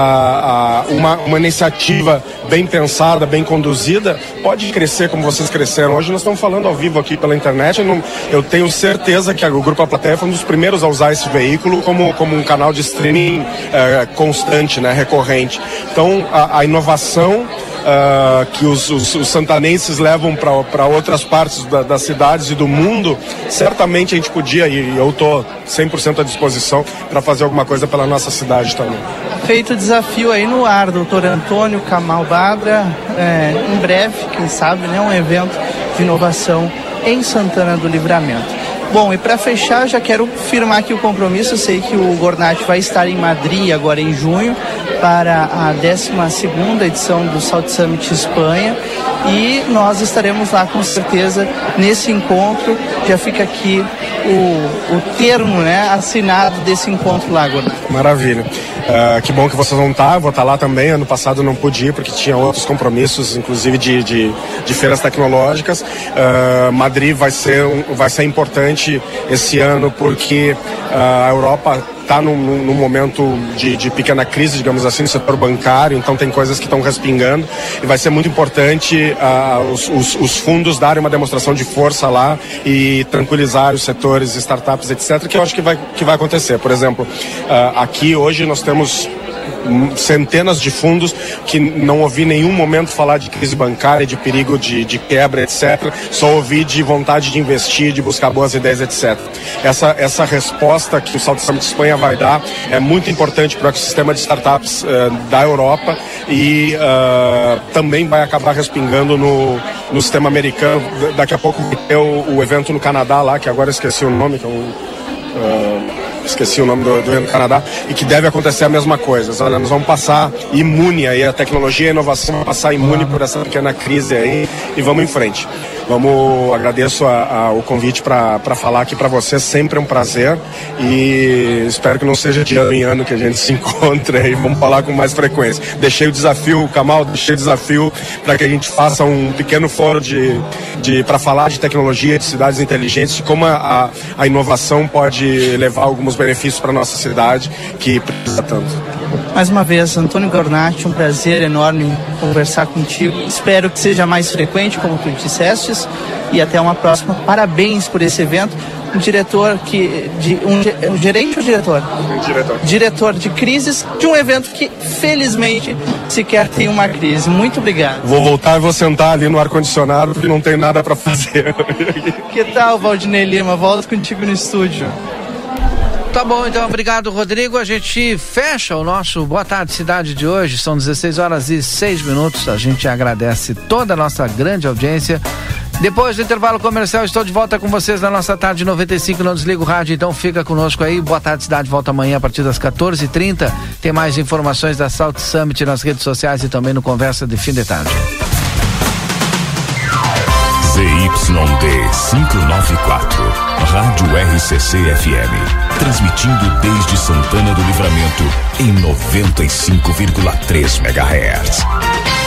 uma iniciativa bem pensada, bem conduzida, pode crescer como vocês cresceram. Hoje nós estamos falando ao vivo aqui pela internet. Eu tenho certeza que o Grupo A Plateia foi um dos primeiros a usar esse veículo como um canal de streaming constante, né, recorrente. Então, a inovação que os santanenses levam para outras partes das cidades e do mundo, certamente a gente podia, e eu estou 100% à disposição para fazer alguma coisa pela nossa cidade também. Feito o desafio aí no ar, doutor Antônio Kamal Badra, em breve, quem sabe, né, um evento de inovação em Santana do Livramento. Bom, e para fechar, já quero firmar aqui o compromisso. Eu sei que o Gornati vai estar em Madrid agora em junho para a 12ª edição do South Summit Espanha, e nós estaremos lá com certeza nesse encontro. Já fica aqui o termo, né, assinado desse encontro lá, Gornati. Maravilha. Que bom que vocês vão estar, vou estar lá também. Ano passado não pude ir porque tinha outros compromissos, inclusive de feiras tecnológicas. Madrid vai ser importante esse ano porque a Europa está num momento de pequena crise, digamos assim, no setor bancário, então tem coisas que estão respingando e vai ser muito importante os fundos darem uma demonstração de força lá e tranquilizar os setores, startups, etc., que eu acho que vai acontecer. Por exemplo, aqui hoje nós temos centenas de fundos que não ouvi em nenhum momento falar de crise bancária, de perigo de quebra, etc. Só ouvi de vontade de investir, de buscar boas ideias, etc. Essa resposta que o South Summit Espanha vai dar é muito importante para o ecossistema de startups da Europa e também vai acabar respingando no sistema americano. Daqui a pouco vai ter o evento no Canadá lá, que agora esqueci o nome, que é esqueci o nome do evento do Canadá, e que deve acontecer a mesma coisa. Olha, nós vamos passar imune aí, a tecnologia e a inovação vai passar imune por essa pequena crise aí e vamos em frente. Agradeço o convite para falar aqui para vocês, sempre é um prazer e espero que não seja de ano em ano que a gente se encontre e vamos falar com mais frequência. Deixei o desafio, Kamal, para que a gente faça um pequeno fórum para falar de tecnologia, de cidades inteligentes, de como a inovação pode levar alguns benefícios para nossa cidade que precisa tanto. Mais uma vez, Antônio Gornati, um prazer enorme conversar contigo. Espero que seja mais frequente, como tu dissestes, e até uma próxima. Parabéns por esse evento. Um diretor um gerente ou diretor? Diretor de crises de um evento que, felizmente, sequer tem uma crise. Muito obrigado. Vou voltar e vou sentar ali no ar-condicionado porque não tem nada para fazer. Que tal, Valdinei Lima? Volto contigo no estúdio. Tá bom, então, obrigado, Rodrigo. A gente fecha o nosso Boa Tarde Cidade de hoje. São 16h06. A gente agradece toda a nossa grande audiência. Depois do intervalo comercial, estou de volta com vocês na nossa tarde 95. Não desliga o rádio, então fica conosco aí. Boa Tarde Cidade volta amanhã a partir das 14h30. Tem mais informações da South Summit nas redes sociais e também no Conversa de Fim de Tarde. ZYD 594, Rádio RCC FM, transmitindo desde Santana do Livramento em 95,3 MHz.